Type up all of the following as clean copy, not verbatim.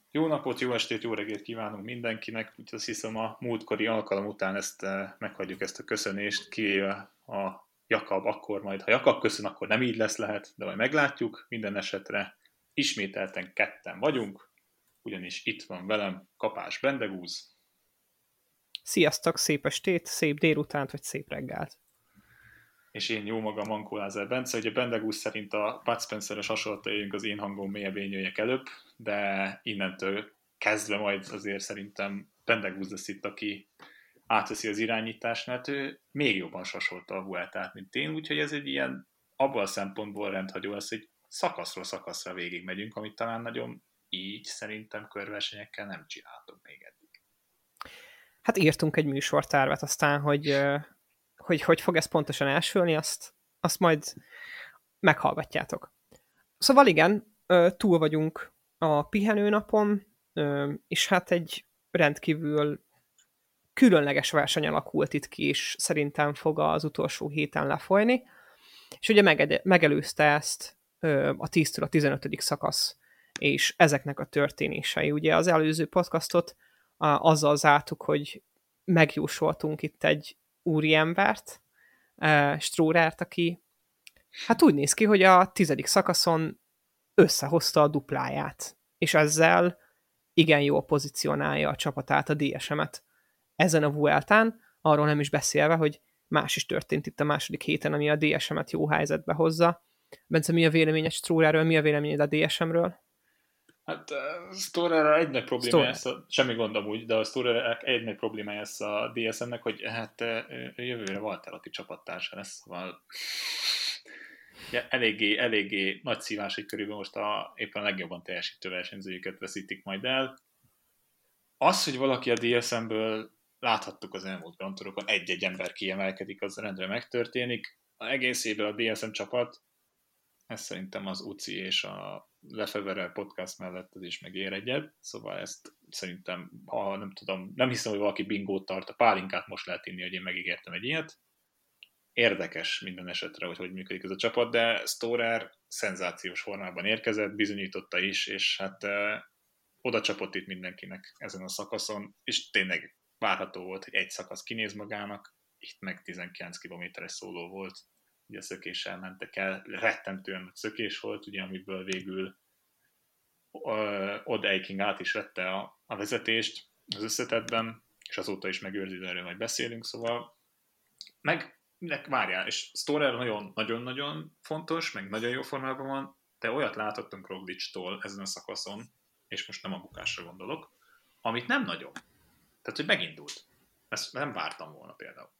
Jó napot, jó estét, jó reggelt kívánunk mindenkinek. Úgyhogy azt hiszem a múltkori alkalom után meghagyjuk ezt a köszönést, kivéve a Jakab akkor majd. Ha Jakab köszön, akkor nem így lesz lehet, de majd meglátjuk. Minden esetre ismételten ketten vagyunk, ugyanis itt van velem Kapás Bendegúz. Sziasztok, szép estét, szép délutánt, vagy szép reggelt. És én jó magam Mankó Lázár Bence. Ugye Bendegúz szerint a Bud Spencer-es hasonlatáink az én hangom mélyebb jöjjek előbb, de innentől kezdve majd azért szerintem Bendegúz lesz itt, aki átveszi az irányítást, mert ő még jobban sasolta a Vueltát, mint én, úgyhogy ez egy ilyen abban a szempontból rendhagyó lesz, hogy szakaszról szakaszra végig megyünk, amit talán nagyon így szerintem körversenyekkel nem csináltok még eddig. Hát írtunk egy műsortervet, aztán, hogy fog ez pontosan elsülni, azt majd meghallgatjátok. Szóval igen, túl vagyunk a pihenőnapon, és hát egy rendkívül különleges verseny alakult itt ki, és szerintem fog az utolsó héten lefolyni. És ugye megelőzte ezt a 10-től a 15. szakasz, és ezeknek a történései. Ugye az előző podcastot azzal zártuk, hogy megjósoltunk itt egy úriembert, Strórert, aki hát úgy néz ki, hogy a 10. szakaszon összehozta a dupláját, és ezzel igen jól pozícionálja a csapatát, a DSM-et ezen a Vueltán, arról nem is beszélve, hogy más is történt itt a második héten, ami a DSM-et jó helyzetbe hozza. Bence, mi a véleményed Strórerről, mi a véleményed a DSM-ről? Hát Storer egy nagy problémája Storer. lesz, semmi gond amúgy, de a Storer egy nagy problémája lesz a DSM-nek, hogy hát jövőre Valtteri csapattársa lesz, szóval ja, eléggé nagy szívás, hogy körülbelül most éppen a legjobban teljesítő versenyzőjüket veszítik majd el. Az, hogy valaki a DSM-ből láthattuk az elmúlt Grand Tourokon, egy-egy ember kiemelkedik, az rendre megtörténik. A egészében a DSM csapat, ez szerintem az UCI és a Lefevere podcast mellett az is megér egyet, szóval ezt szerintem, ha nem tudom, nem hiszem, hogy valaki bingót tart, a pálinkát most lehet inni, hogy én megígértem egy ilyet. Érdekes minden esetre, hogy működik ez a csapat, de Storer szenzációs formában érkezett, bizonyította is, és hát oda csapott itt mindenkinek ezen a szakaszon, és tényleg várható volt, hogy egy szakasz kinéz magának, itt meg 19 kilométeres szóló volt, ugye a szökéssel mentek el, rettentően nagy szökés volt, ugye, amiből végül Odd Eiking át is vette a vezetést az összetettben, és azóta is megőrzi, de erről majd beszélünk, szóval várjál, és Storer nagyon-nagyon fontos, meg nagyon jó formában van, de olyat láthattunk Roglic-tól ezen a szakaszon, és most nem a bukásra gondolok, amit nem nagyon. Tehát, hogy megindult. Ezt nem vártam volna például.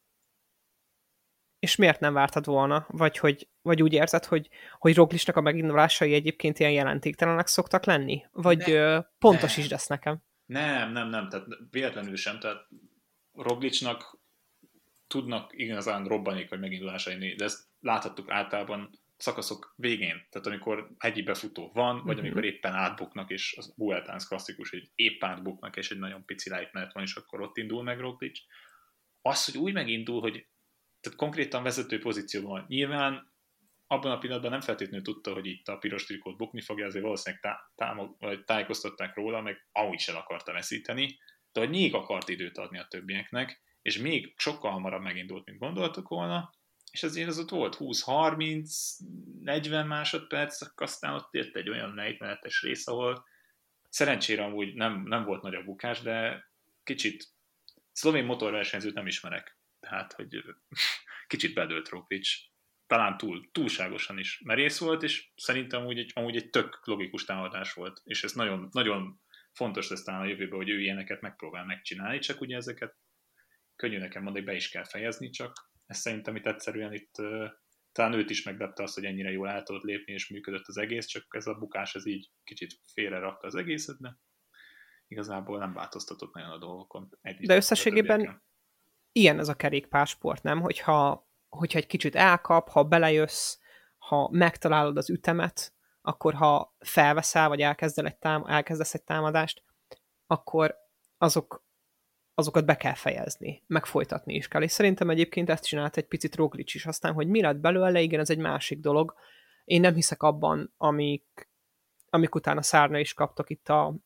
És miért nem vártad volna? Vagy úgy érzed, hogy Roglicnak a megindulásai egyébként ilyen jelentéktelenek szoktak lenni? Vagy pontosítsd ezt nekem. Nem, tehát véletlenül sem. Tehát Roglicnak tudnak igazán robbanékony megindulásai, de ezt láthattuk általában szakaszok végén. Tehát amikor hegyi befutó van, vagy amikor éppen átbuknak, és az Vueltán klasszikus, hogy épp átbuknak, és egy nagyon pici lejtmenet van, és akkor ott indul meg Roglic. Az, hogy úgy megindul, hogy tehát konkrétan vezető pozícióban van. Nyilván abban a pillanatban nem feltétlenül tudta, hogy itt a piros trikót bukni fogja, azért valószínűleg tájékoztatták róla, meg amúgy sem akarta veszíteni, de hogy még akart időt adni a többieknek, és még sokkal hamarabb megindult, mint gondoltuk volna, és azért az ott volt 20-30-40 másodperc, aztán ott jött egy olyan lejtmenetes rész, ahol szerencsére amúgy nem volt nagy a bukás, de kicsit szlovén motorversenyzőt nem ismerek, tehát hogy kicsit bedőlt Roglic, talán túlságosan is merész volt, és szerintem amúgy egy tök logikus támadás volt, és ez nagyon, nagyon fontos lesz talán a jövőben, hogy ő ilyeneket megpróbál megcsinálni, csak ugye ezeket könnyű nekem mondani, be is kell fejezni, csak ez szerintem itt egyszerűen itt talán őt is meglepte azt, hogy ennyire jól el tudott lépni, és működött az egész, csak ez a bukás ez így kicsit félre rakta az egészet, de igazából nem változtatott nagyon a dolgokon. De összességében ilyen ez a kerékpársport, nem? Hogyha egy kicsit elkap, ha belejössz, ha megtalálod az ütemet, akkor ha felveszel, vagy elkezdesz egy támadást, akkor azokat be kell fejezni, meg folytatni is kell. És szerintem egyébként ezt csinált egy picit Roglic is. Aztán, hogy mi lett belőle, igen, ez egy másik dolog. Én nem hiszek abban, amik utána szárna is kaptak itt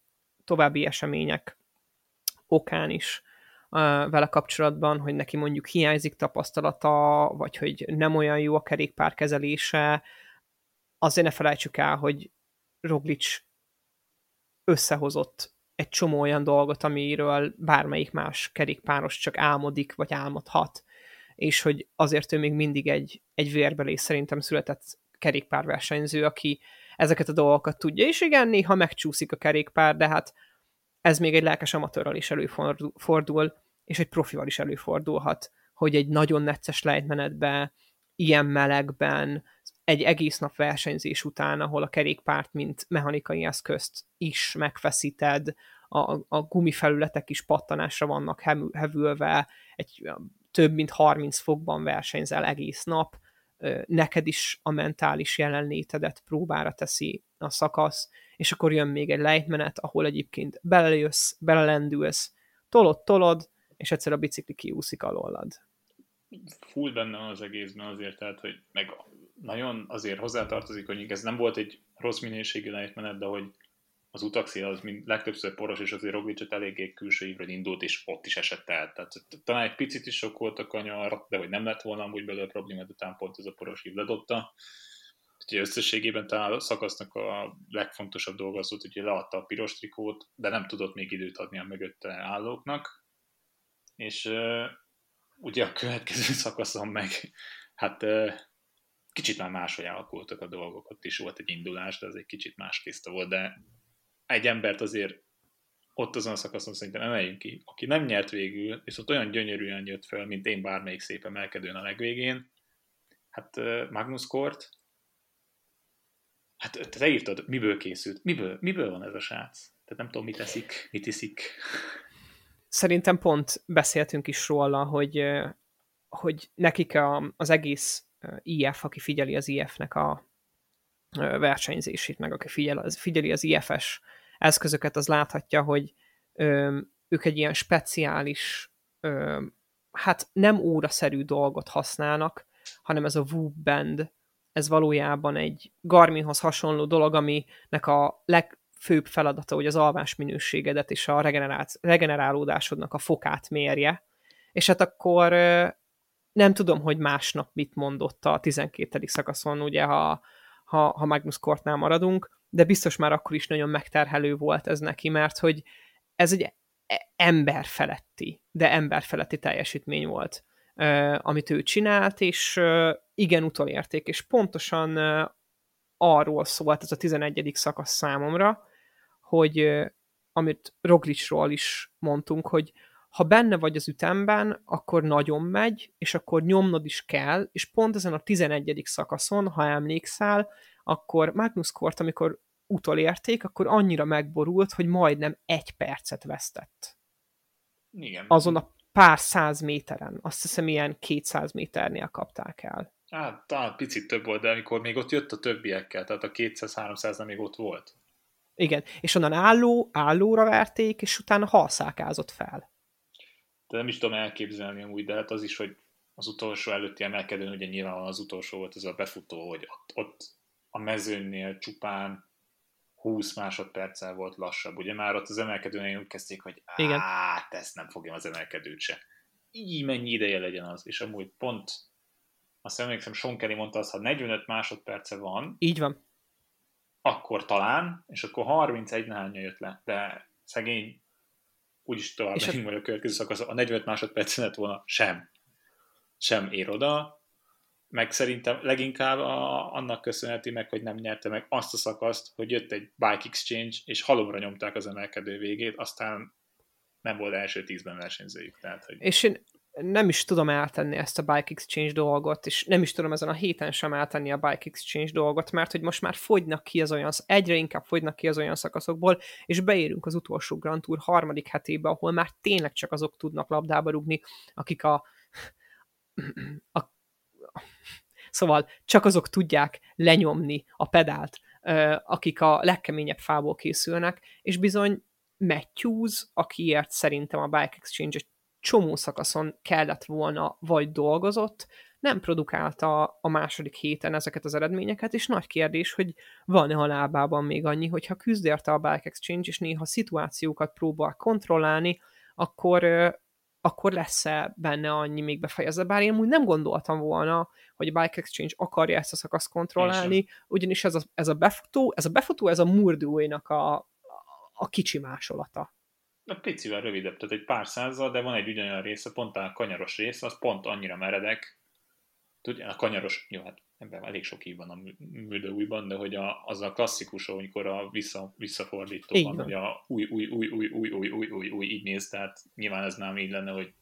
további események okán is vele kapcsolatban, hogy neki mondjuk hiányzik tapasztalata, vagy hogy nem olyan jó a kerékpár kezelése. Azért ne felejtsük el, hogy Roglic összehozott egy csomó olyan dolgot, amiről bármelyik más kerékpáros csak álmodik, vagy álmodhat, és hogy azért ő még mindig egy vérbeli szerintem született kerékpárversenyző, aki ezeket a dolgokat tudja, és igen, néha megcsúszik a kerékpár, de hát ez még egy lelkes amatőrrel is előfordul, és egy profival is előfordulhat, hogy egy nagyon necces lejtmenetben, ilyen melegben, egy egész nap versenyzés után, ahol a kerékpárt, mint mechanikai eszközt is megfeszíted, a gumifelületek is pattanásra vannak hevülve, egy több mint 30 fokban versenyzel egész nap, neked is a mentális jelenlétedet próbára teszi a szakasz, és akkor jön még egy lejtmenet, ahol egyébként belejössz, belelendülsz, tolod, és egyszer a bicikli kiúszik alólad. Full benne van az egészben azért, tehát, hogy meg nagyon azért hozzátartozik, hogy ez nem volt egy rossz minőségű lejtmenet, de hogy az utakszél az legtöbbször poros, és azért Roglicot eléggé külső ívről indult, és ott is esett el. Tehát talán egy picit is sok volt a kanyar, de hogy nem lett volna amúgy belőle probléma, de után pont ez a poros ív ledobta. Úgyhogy összességében talán a szakasznak a legfontosabb dolga az volt, hogy leadta a piros trikót, de nem tudott még időt adni a mögötte állóknak. És ugye a következő szakaszon meg, hát kicsit már máshogy alakultak a dolgok, ott is volt egy indulás, de az egy kicsit más tiszta volt, de egy embert azért ott azon a szakaszon szerintem emeljünk ki, aki nem nyert végül, viszont olyan gyönyörűen jött fel, mint én bármelyik szép emelkedőn a legvégén. Hát Magnus Kort, hát te írtad, miből készült, miből van ez a srác? Tehát nem tudom, mit iszik. Szerintem pont beszéltünk is róla, hogy nekik az egész IF, aki figyeli az IF-nek a versenyzését, meg aki figyeli az IF-es eszközöket, az láthatja, hogy ők egy ilyen speciális, hát nem óraszerű dolgot használnak, hanem ez a Whoop Band, ez valójában egy Garminhoz hasonló dolog, aminek a legfőbb feladata, hogy az alvás minőségedet és a regenerálódásodnak a fokát mérje. És hát akkor nem tudom, hogy másnap mit mondott a 12. szakaszon, ugye, ha Magnus Kortnál maradunk, de biztos már akkor is nagyon megterhelő volt ez neki, mert hogy ez egy emberfeletti teljesítmény volt, amit ő csinált, és igen utolérték, és pontosan arról szólt ez a 11. szakasz számomra, hogy amit Roglicról is mondtunk, hogy ha benne vagy az ütemben, akkor nagyon megy, és akkor nyomnod is kell, és pont ezen a 11. szakaszon, ha emlékszel, akkor Magnus Kort, amikor utolérték, akkor annyira megborult, hogy majdnem 1 percet vesztett. Igen. Azon a pár 100 méteren. Azt hiszem, ilyen 200 méternél kapták el. Hát, talán picit több volt, de amikor még ott jött a többiekkel, tehát a 200-300 még ott volt. Igen, és onnan állóra verték, és utána halszálkázott fel. De nem is tudom elképzelni amúgy, de hát az is, hogy az utolsó előtti emelkedőn, ugye nyilván az utolsó volt ez a befutó, hogy ott a mezőnynél csupán 20 másodperccel volt lassabb. Ugye már ott az emelkedőnél úgy kezdték, hogy ezt nem fogjam az emelkedőt se. Így mennyi ideje legyen az. És amúgy pont, azt emlékszem, Sean Kelly mondta azt, ha 45 másodperce van, így van, akkor talán, és akkor 31 nehányja jött le. De szegény úgyis tovább megyünk majd a következő szakasz, a 45 másodperc lett volna sem ér oda, meg szerintem leginkább annak köszönheti meg, hogy nem nyerte meg azt a szakaszt, hogy jött egy Bike Exchange, és halomra nyomták az emelkedő végét, aztán nem volt első 10-ben versenyzőjük. Tehát, hogy... És én nem is tudom eltenni ezt a Bike Exchange dolgot, és nem is tudom ezen a héten sem eltenni a Bike Exchange dolgot, mert hogy most már egyre inkább fogynak ki az olyan szakaszokból, és beérünk az utolsó Grand Tour 3. hetébe, ahol már tényleg csak azok tudnak labdába rugni, akik szóval csak azok tudják lenyomni a pedált, akik a legkeményebb fából készülnek, és bizony Matthews, akiért szerintem a Bike Exchange egy csomó szakaszon kellett volna, vagy dolgozott, nem produkálta a második héten ezeket az eredményeket, és nagy kérdés, hogy van-e a lábában még annyi, hogyha küzd érte a Bike Exchange, és néha szituációkat próbál kontrollálni, akkor lesz-e benne annyi még befejezve. Bár én úgy nem gondoltam volna, hogy a Bike Exchange akarja ezt a szakaszt kontrollálni, ugyanis ez a befutó, ez a Murdui-nak a kicsi másolata. A picivel rövidebb, tehát egy pár százzal, de van egy ugyanolyan része, pont a kanyaros rész, az pont annyira meredek. Tudja, a kanyaros, jó, hát ebben elég sok ív van a Murdui-ban, de hogy az a klasszikus, amikor a visszafordító van, hogy a új, így néz, tehát nyilván ez nem így lenne, hogy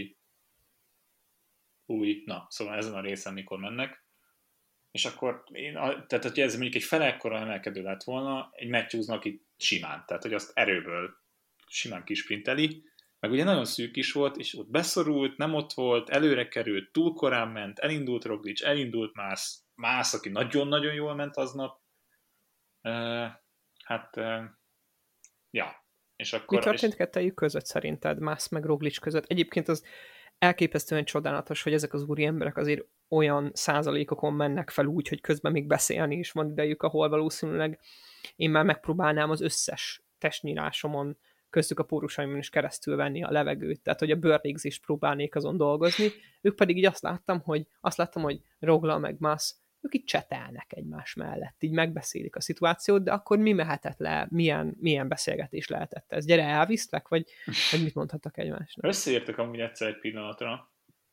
új, na, szóval ezen a részen mikor mennek. És akkor tehát hogyha ez mondjuk egy fele ekkora emelkedő lett volna, egy Matthewsnak itt simán, tehát hogy azt erőből simán kisprinteli, meg ugye nagyon szűk is volt, és ott beszorult, nem ott volt, előre került, túl korán ment, elindult Roglic, elindult Mász, aki nagyon-nagyon jól ment aznap. Ja. És akkor, mi történt kettejük között szerinted, Mász meg Roglic között? Egyébként az elképesztően csodálatos, hogy ezek az úri emberek azért olyan százalékokon mennek fel úgy, hogy közben még beszélni is van idejük, ahol valószínűleg én már megpróbálnám az összes testnyílásomon, köztük a pórusaimon is keresztül venni a levegőt, tehát hogy a bőrlégzést próbálnék azon dolgozni. Ők pedig így azt láttam, hogy Rogla meg Mász, ők így csetelnek egymás mellett, így megbeszélik a szituációt, de akkor mi mehetett le, milyen beszélgetés lehetett ez? Gyere, elviszlek, vagy mit mondhattak egymásnak? Összeértek amúgy egyszer egy pillanatra.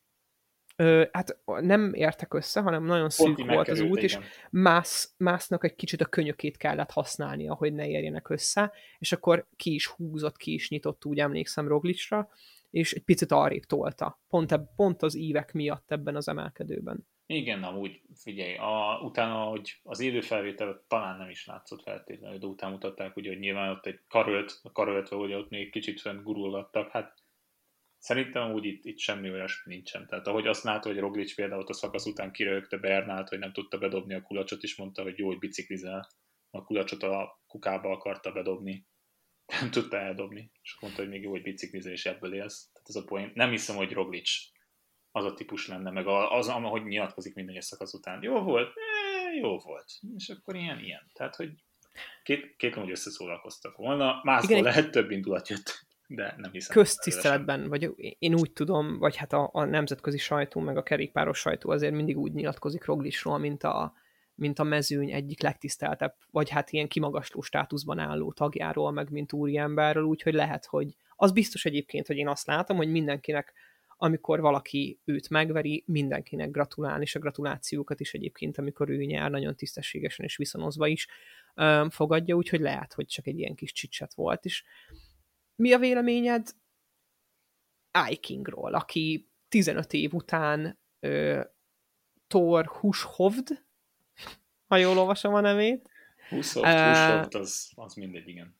Hát nem értek össze, hanem nagyon szűk volt az út, és Másznak egy kicsit a könyökét kellett használnia, hogy ne érjenek össze, és akkor ki is nyitott, úgy emlékszem Roglicra, és egy picit arrébb tolta. Pont az ívek miatt ebben az emelkedőben. Igen, amúgy figyelj, utána, hogy az élő felvétel talán nem is látszott feltétlenül, de utána mutatták, ugye, hogy nyilván ott egy karöltve, hogy ott még kicsit fent gurulgattak, hát szerintem úgy itt semmi olyasmi nincsen. Tehát ahogy azt látod, hogy Roglic például a szakasz után kirögte Bernát, hogy nem tudta bedobni a kulacsot, és mondta, hogy jó, hogy biciklizel. A kulacsot a kukába akarta bedobni. Nem tudta eldobni. És mondta, hogy még jó, hogy biciklizel, és ebből élsz. Tehát ez a point. Nem hiszem, hogy Roglic az a típus lenne, meg ahogy nyilatkozik minden egyes szakasz után. Jó volt? Jó volt. És akkor ilyen. Tehát, hogy két hogy összeszólalkoztak volna. Mászból lehet több indulat jött, de nem hiszem. Köztiszteletben, vagy én úgy tudom, vagy hát a nemzetközi sajtó, meg a kerékpáros sajtó azért mindig úgy nyilatkozik Roglicról, mint a mezőny egyik legtiszteltebb, vagy hát ilyen kimagasló státuszban álló tagjáról, meg mint úriemberről, úgyhogy lehet, hogy az biztos egyébként, hogy én azt látom, hogy mindenkinek, amikor valaki őt megveri, mindenkinek gratulálni, és a gratulációkat is egyébként, amikor ő nyer, nagyon tisztességesen és viszonozva is fogadja, úgyhogy lehet, hogy csak egy ilyen kis csicset volt is. Mi a véleményed Eikingról, aki 15 év után Thor Hushovd, ha jól olvasom a nevét. Hushovd, az mindegy, igen.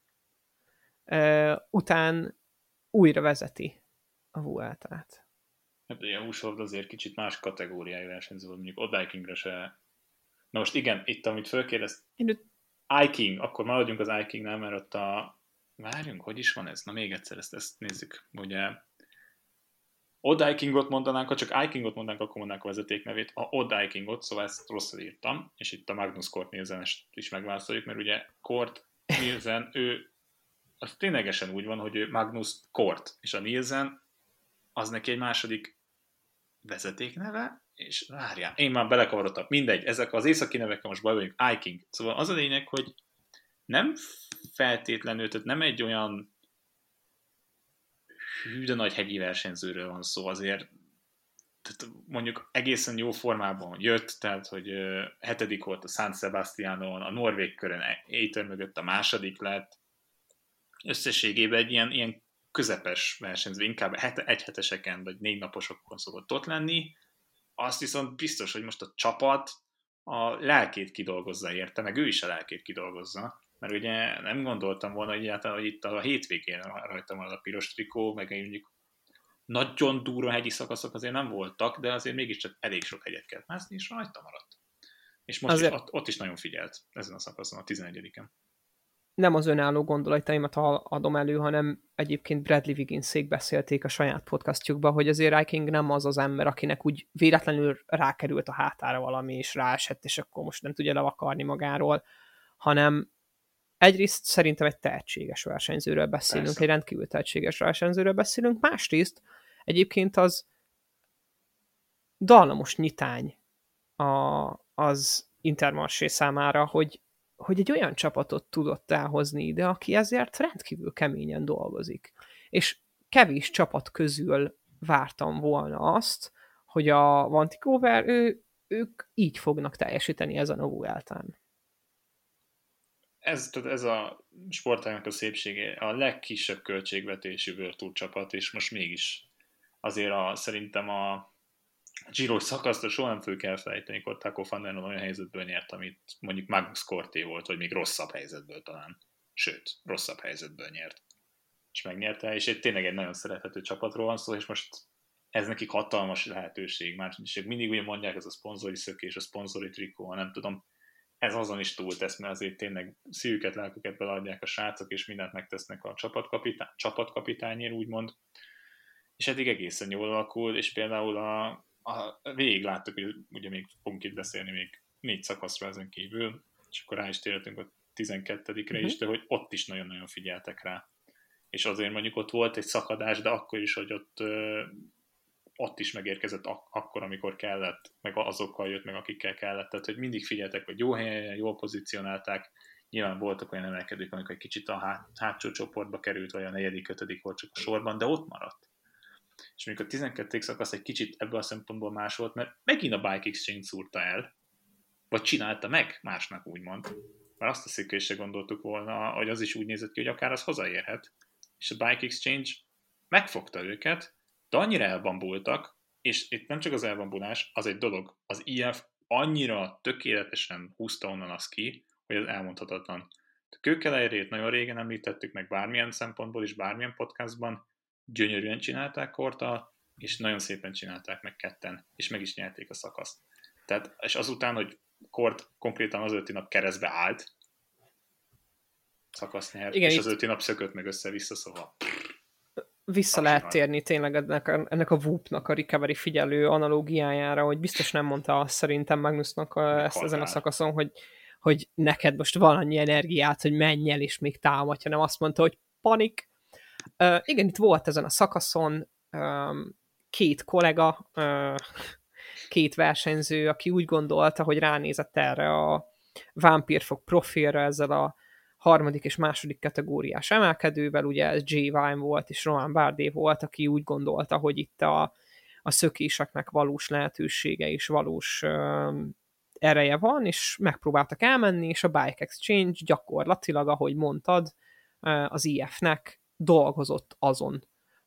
Után újra vezeti a Vueltát. Hát ugye a Hushovd azért kicsit más kategóriájú versenyző volt, mondjuk Odd Eikingre se. Na most igen, itt amit fölkérdezt, Eiking, akkor maradjunk az Eikingnál, mert ott várjunk, hogy is van ez? Na még egyszer ezt nézzük. Ugye Odd Eikingot mondanánk, ha csak Eikingot mondanánk, akkor mondanánk a vezetéknevét. A Odd Eikingot, szóval ezt rosszul írtam, és itt a Magnus Cort Nielsen is megválaszoljuk, mert ugye Cort Nielsen, ő az ténylegesen úgy van, hogy ő Magnus Cort, és a Nielsen az neki egy második vezetékneve, és várjál, én már belekavarodtam, mindegy, ezek az északi nevekkel most baj vagyunk, Eiking. Szóval az a lényeg, hogy nem feltétlenül, tehát nem egy olyan hű de nagy hegyi versenyzőről van szó, azért tehát mondjuk egészen jó formában jött, tehát hogy hetedik volt a San Sebastianon, a Norvég körön Eiter mögött a második lett, összességében egy ilyen közepes versenyző, inkább egyheteseken vagy 4 naposokon szokott ott lenni, azt viszont biztos, hogy most a csapat a lelkét kidolgozza érte, meg ő is a lelkét kidolgozza, mert ugye nem gondoltam volna, hogy itt a hétvégén rajta van a piros trikó, meg mondjuk nagyon durva hegyi szakaszok azért nem voltak, de azért mégiscsak elég sok hegyet kellett mászni, és rajta maradt. És most azért... is, ott is nagyon figyelt ezen a szakaszon, a 11-en. nem az önálló gondolataimat adom elő, hanem egyébként Bradley Wigginsék beszélték a saját podcastjukban, hogy azért Viking nem az az ember, akinek úgy véletlenül rákerült a hátára valami, és ráesett, és akkor most nem tudja levakarni magáról, hanem egyrészt szerintem egy tehetséges versenyzőről beszélünk, Persze. egy rendkívül tehetséges versenyzőről beszélünk, másrészt egyébként az dallamos nyitány az Intermarché számára, hogy egy olyan csapatot tudott elhozni ide, aki ezért rendkívül keményen dolgozik. És kevés csapat közül vártam volna azt, hogy a Vanticover, ők így fognak teljesíteni ezen a Vueltán. Ez a sportágnak a szépsége, a legkisebb költségvetésű World Tour csapat, és most mégis azért szerintem a Giro szakaszt soha nem föl kell felejteni, akkor Taco van der Poel olyan helyzetből nyert, amit mondjuk Magnus Corté volt, vagy még rosszabb helyzetből talán. Sőt, rosszabb helyzetből nyert. És megnyerte, és tényleg egy nagyon szerethető csapatról van szó, és most ez nekik hatalmas lehetőség. Már mindig ugye mondják, ez a szponzori szökés, a szponzori trikó, nem tudom, ez azon is túltesz, mert azért tényleg szívüket, lelküket beleadják a srácok, és mindent megtesznek a csapatkapitányért, úgymond. És eddig egészen jól alakul, és például végig láttuk, hogy ugye még fogunk itt beszélni még 4 szakaszra ezen kívül, és akkor rá is térhetünk a 12-re is, de hogy ott is nagyon-nagyon figyeltek rá. És azért mondjuk ott volt egy szakadás, de akkor is, hogy ott is megérkezett akkor, amikor kellett, meg azokkal jött meg, akikkel kellett. Tehát, hogy mindig figyeltek, hogy jó helyen, jól pozícionálták. Nyilván voltak olyan emelkedők, amikor egy kicsit a hátsó csoportba került, vagy a 4., 5. volt csak a sorban, de ott maradt. És mondjuk a 12. szakasz egy kicsit ebből a szempontból más volt, mert megint a Bike Exchange szúrta el, vagy csinálta meg másnak, úgymond. Mert azt hiszik, és se gondoltuk volna, hogy az is úgy nézett ki, hogy akár az hazaérhet. És a Bike Exchange megfogta őket, de annyira elbambultak, és itt nem csak az elbambulás, az egy dolog. Az IF annyira tökéletesen húzta onnan azt ki, hogy ez elmondhatatlan. A kőkelejrét nagyon régen említettük meg bármilyen szempontból is, bármilyen podcastban, gyönyörűen csinálták Korttal, és nagyon szépen csinálták meg ketten, és meg is nyerték a szakaszt. Tehát, és azután, hogy Kort konkrétan az 5. nap keresztbe állt, szakasz nyert, igen, és az 5. nap szökött meg össze-vissza, szóval vissza lehet térni tényleg ennek a Whoop-nak a recovery figyelő analógiájára, hogy biztos nem mondta azt szerintem Magnusnak ezt ezen a szakaszon, hogy neked most van annyi energiát, hogy menj el és még támadj, hanem azt mondta, hogy panik. Igen, itt volt ezen a szakaszon 2 kollega, 2 versenyző, aki úgy gondolta, hogy ránézett erre a Vampirfog profilra ezzel a 3. és 2. kategóriás emelkedővel, ugye ez Jay Vine volt, és Romain Bardet volt, aki úgy gondolta, hogy itt a szökéseknek valós lehetősége és valós ereje van, és megpróbáltak elmenni, és a Bike Exchange gyakorlatilag, ahogy mondtad, az IF-nek dolgozott azon,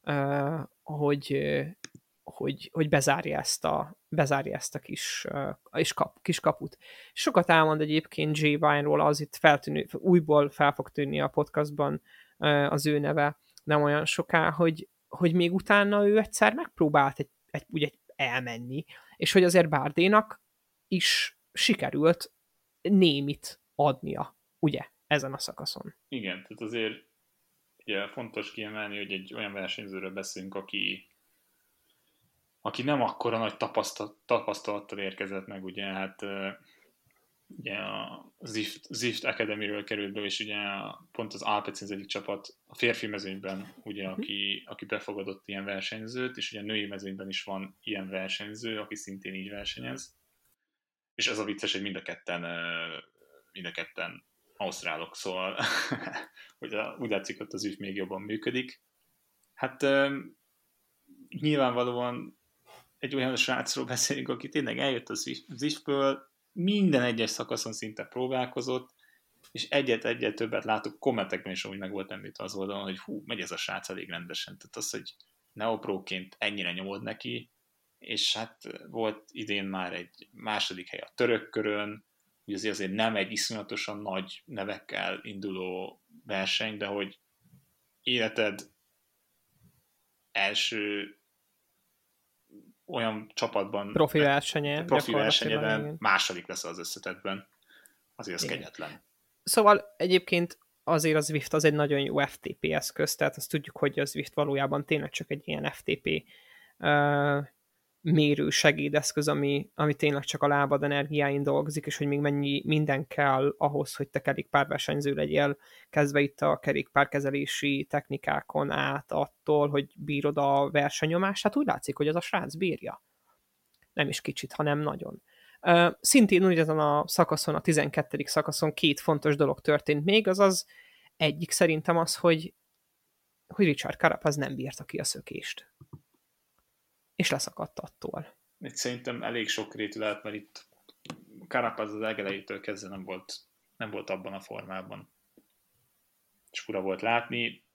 hogy bezárja ezt a kis kaput. Sokat elmond egyébként Jay Vine-ról, az itt újból fel fog tűnni a podcastban az ő neve nem olyan soká, hogy még utána ő egyszer megpróbált egy elmenni, és hogy azért Bardénak is sikerült némit adnia, ugye, ezen a szakaszon. Igen, tehát azért ugye fontos kiemelni, hogy egy olyan versenyzőről beszélünk, aki nem akkora nagy tapasztalattal érkezett meg, ugye, hát ugye a Zift Academy-ről került be, és ugye pont az Alpecin az egyik csapat a férfi mezőnyben, ugye, aki befogadott ilyen versenyzőt, és ugye a női mezőnyben is van ilyen versenyző, aki szintén így versenyez. És ez a vicces, hogy mind a ketten ausztrálok, szóval hogy úgy látszik, hogy az ügy még jobban működik. Hát nyilvánvalóan egy olyan srácról beszélünk, aki tényleg eljött az IF-ből, minden egyes szakaszon szinte próbálkozott, és egyet többet látok, kommentekben is úgy meg volt említve az oldalon, hogy hú, megy ez a srác elég rendesen. Tehát az, hogy neopróként ennyire nyomod neki, és hát volt idén már egy 2. hely a török körön, ugye azért nem egy iszonyatosan nagy nevekkel induló verseny, de hogy életed első olyan csapatban profi versenyeden 2. lesz az összetetben, azért az kegyetlen. Szóval egyébként azért az Zwift az egy nagyon jó FTP eszköz, tehát azt tudjuk, hogy a Zwift valójában tényleg csak egy ilyen FTP mérő segédeszköz, ami tényleg csak a lábad energiáin dolgozik, és hogy még mennyi minden kell ahhoz, hogy te kerékpárversenyző legyél, kezdve itt a kerékpárkezelési technikákon át attól, hogy bírod a versenyomást, hát úgy látszik, hogy az a srác bírja. Nem is kicsit, hanem nagyon. Szintén ugyanezen a szakaszon, a 12. szakaszon 2 fontos dolog történt még, azaz egyik szerintem az, hogy Richard Carapaz nem bírta ki a szökést. És leszakadt attól. Itt szerintem elég sokrétű lehet, mert itt Carapaz az legelejétől kezdve nem volt abban a formában. És fura volt látni.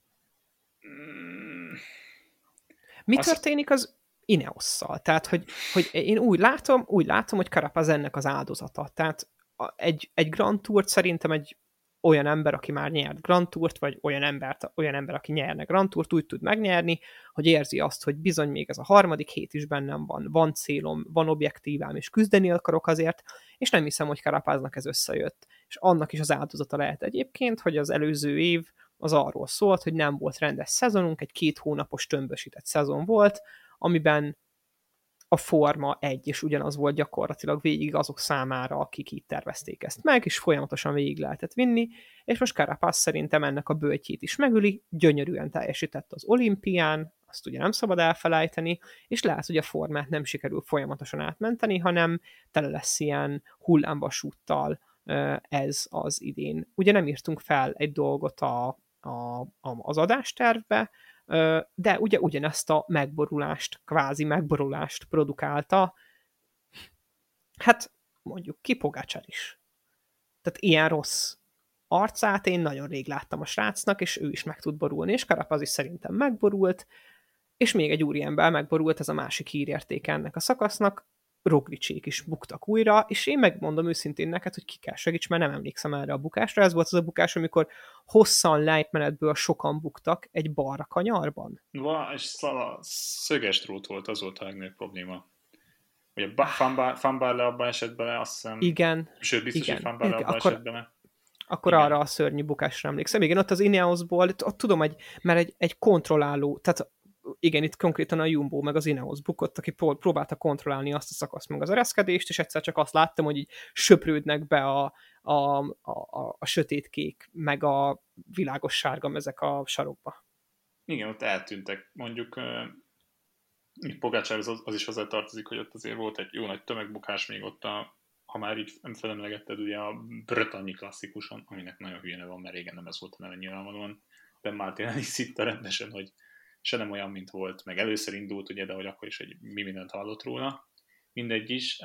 Mi történik az Ineosszal? Tehát, hogy én úgy látom, hogy Carapaz ennek az áldozata. Tehát egy Grand Tourt szerintem egy olyan ember, aki már nyert Grand Tourt, vagy olyan ember, aki nyerne Grand Tourt, úgy tud megnyerni, hogy érzi azt, hogy bizony még ez a harmadik hét is bennem van célom, van objektívám, és küzdeni akarok azért, és nem hiszem, hogy Carapaznak ez összejött. És annak is az áldozata lehet egyébként, hogy az előző év az arról szólt, hogy nem volt rendes szezonunk, egy 2 hónapos tömbösített szezon volt, amiben a forma egy, és ugyanaz volt gyakorlatilag végig azok számára, akik így tervezték ezt meg, és folyamatosan végig lehetett vinni, és most Carapaz szerintem ennek a böltjét is megüli, gyönyörűen teljesített az olimpián, azt ugye nem szabad elfelejteni, és lehet, hogy a formát nem sikerül folyamatosan átmenteni, hanem tele lesz ilyen hullámvasúttal ez az idén. Ugye nem írtunk fel egy dolgot az adástervbe, de ugye ugyanezt a kvázi megborulást produkálta, hát mondjuk ki Pogačar is. Tehát ilyen rossz arcát én nagyon rég láttam a srácnak, és ő is meg tud borulni, és Carapaz is szerintem megborult, és még egy úriember megborult, ez a másik hírértéke ennek a szakasznak, Roglicsék is buktak újra, és én megmondom őszintén neked, hogy ki kell segíts, mert nem emlékszem erre a bukásra. Ez volt az a bukás, amikor hosszan lejtmenetből sokan buktak egy balra kanyarban. És szöges drót volt, az volt a legnagyobb probléma. Ugye Van Baarle abban esett bele, azt hiszem. Igen. Sőt, biztos, igen. hogy Van Baarle abban esett bele. Akkor igen. Arra a szörnyű bukásra emlékszem. Igen, ott az Ineosból, ott tudom, mert egy kontrolláló, tehát igen, itt konkrétan a Jumbo meg az Ineos bukott, aki próbálta kontrollálni azt a szakaszt meg az ereszkedést, és egyszer csak azt láttam, hogy így söprődnek be a sötétkék meg a világos sárga mezek a sarokba. Igen, ott eltűntek. Mondjuk Pogačar az is hozzá tartozik, hogy ott azért volt egy jó nagy tömegbukás még ott ha már így felemlegetted, ugye a Bretagne klasszikuson, aminek nagyon hülye van, mert régen nem ez volt a neve nyilvánvalóan, de Martin is szitta rendesen, hogy se nem olyan, mint volt, meg először indult, ugye, de hogy akkor is egy mi mindent hallott róla. Mindegy is.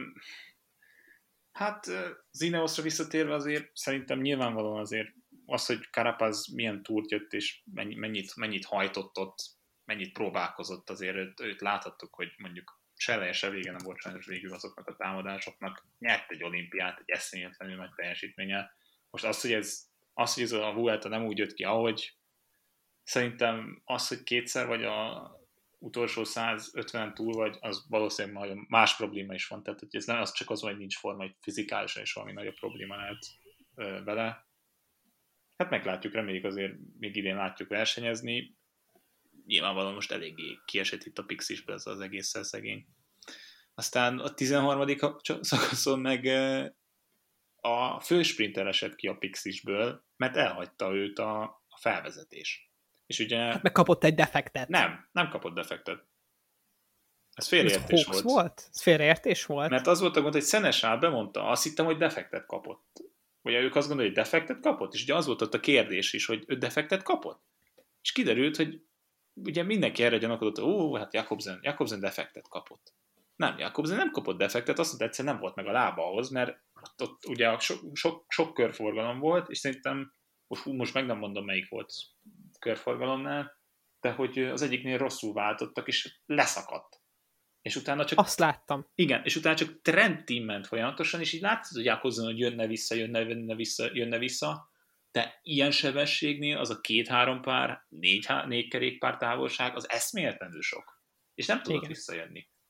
Hát az Ineosra visszatérve azért szerintem nyilvánvalóan azért az, hogy Carapaz milyen túrt jött, és mennyit hajtott ott, mennyit próbálkozott, azért őt láthattuk, hogy mondjuk se eleje, se vége nem volt sajnos végül azoknak a támadásoknak. Nyert egy olimpiát, egy eszméletlenül nagy teljesítménnyel. Most az, hogy ez a Vuelta nem úgy jött ki, ahogy szerintem az, hogy kétszer vagy a utolsó 150 túl vagy, az valószínűleg más probléma is van. Tehát hogy ez nem az csak az, hogy nincs forma, hogy fizikálisan is valami nagyobb probléma lehet vele. Hát meglátjuk, reméljük azért még idén látjuk versenyezni. Nyilvánvalóan most eléggé kiesett itt a Pixisből ez az egészen szegény. Aztán a 13. szakaszon meg a fősprinter esett ki a Pixisből, mert elhagyta őt a felvezetés. És ugye... Hát meg kapott egy defektet. Nem kapott defektet. Ez félreértés volt. Ez félreértés volt? Mert az volt a gond, hogy Seneschal bemondta, azt hittem, hogy defektet kapott. Vagy ők azt gondolják, hogy defektet kapott, és ugye az volt ott a kérdés is, hogy ő defektet kapott. És kiderült, hogy ugye mindenki erre gyanakodott, hát Jakobsen defektet kapott. Nem, Jakobsen nem kapott defektet, azt mondta, egyszer nem volt meg a lába ahhoz, mert ott ugye sok körforgalom volt, és szerintem most meg nem mondom, melyik volt körforgalomnál, de hogy az egyiknél rosszul váltottak, és leszakadt. És utána csak... Azt láttam. Igen, és utána csak trend team ment folyamatosan, és így látszott, hogy Jakobsen, hogy jönne vissza, de ilyen sebességnél az a 2-3 pár, 4 kerékpár távolság, az eszméletlenül sok. És nem tudott visszajönni.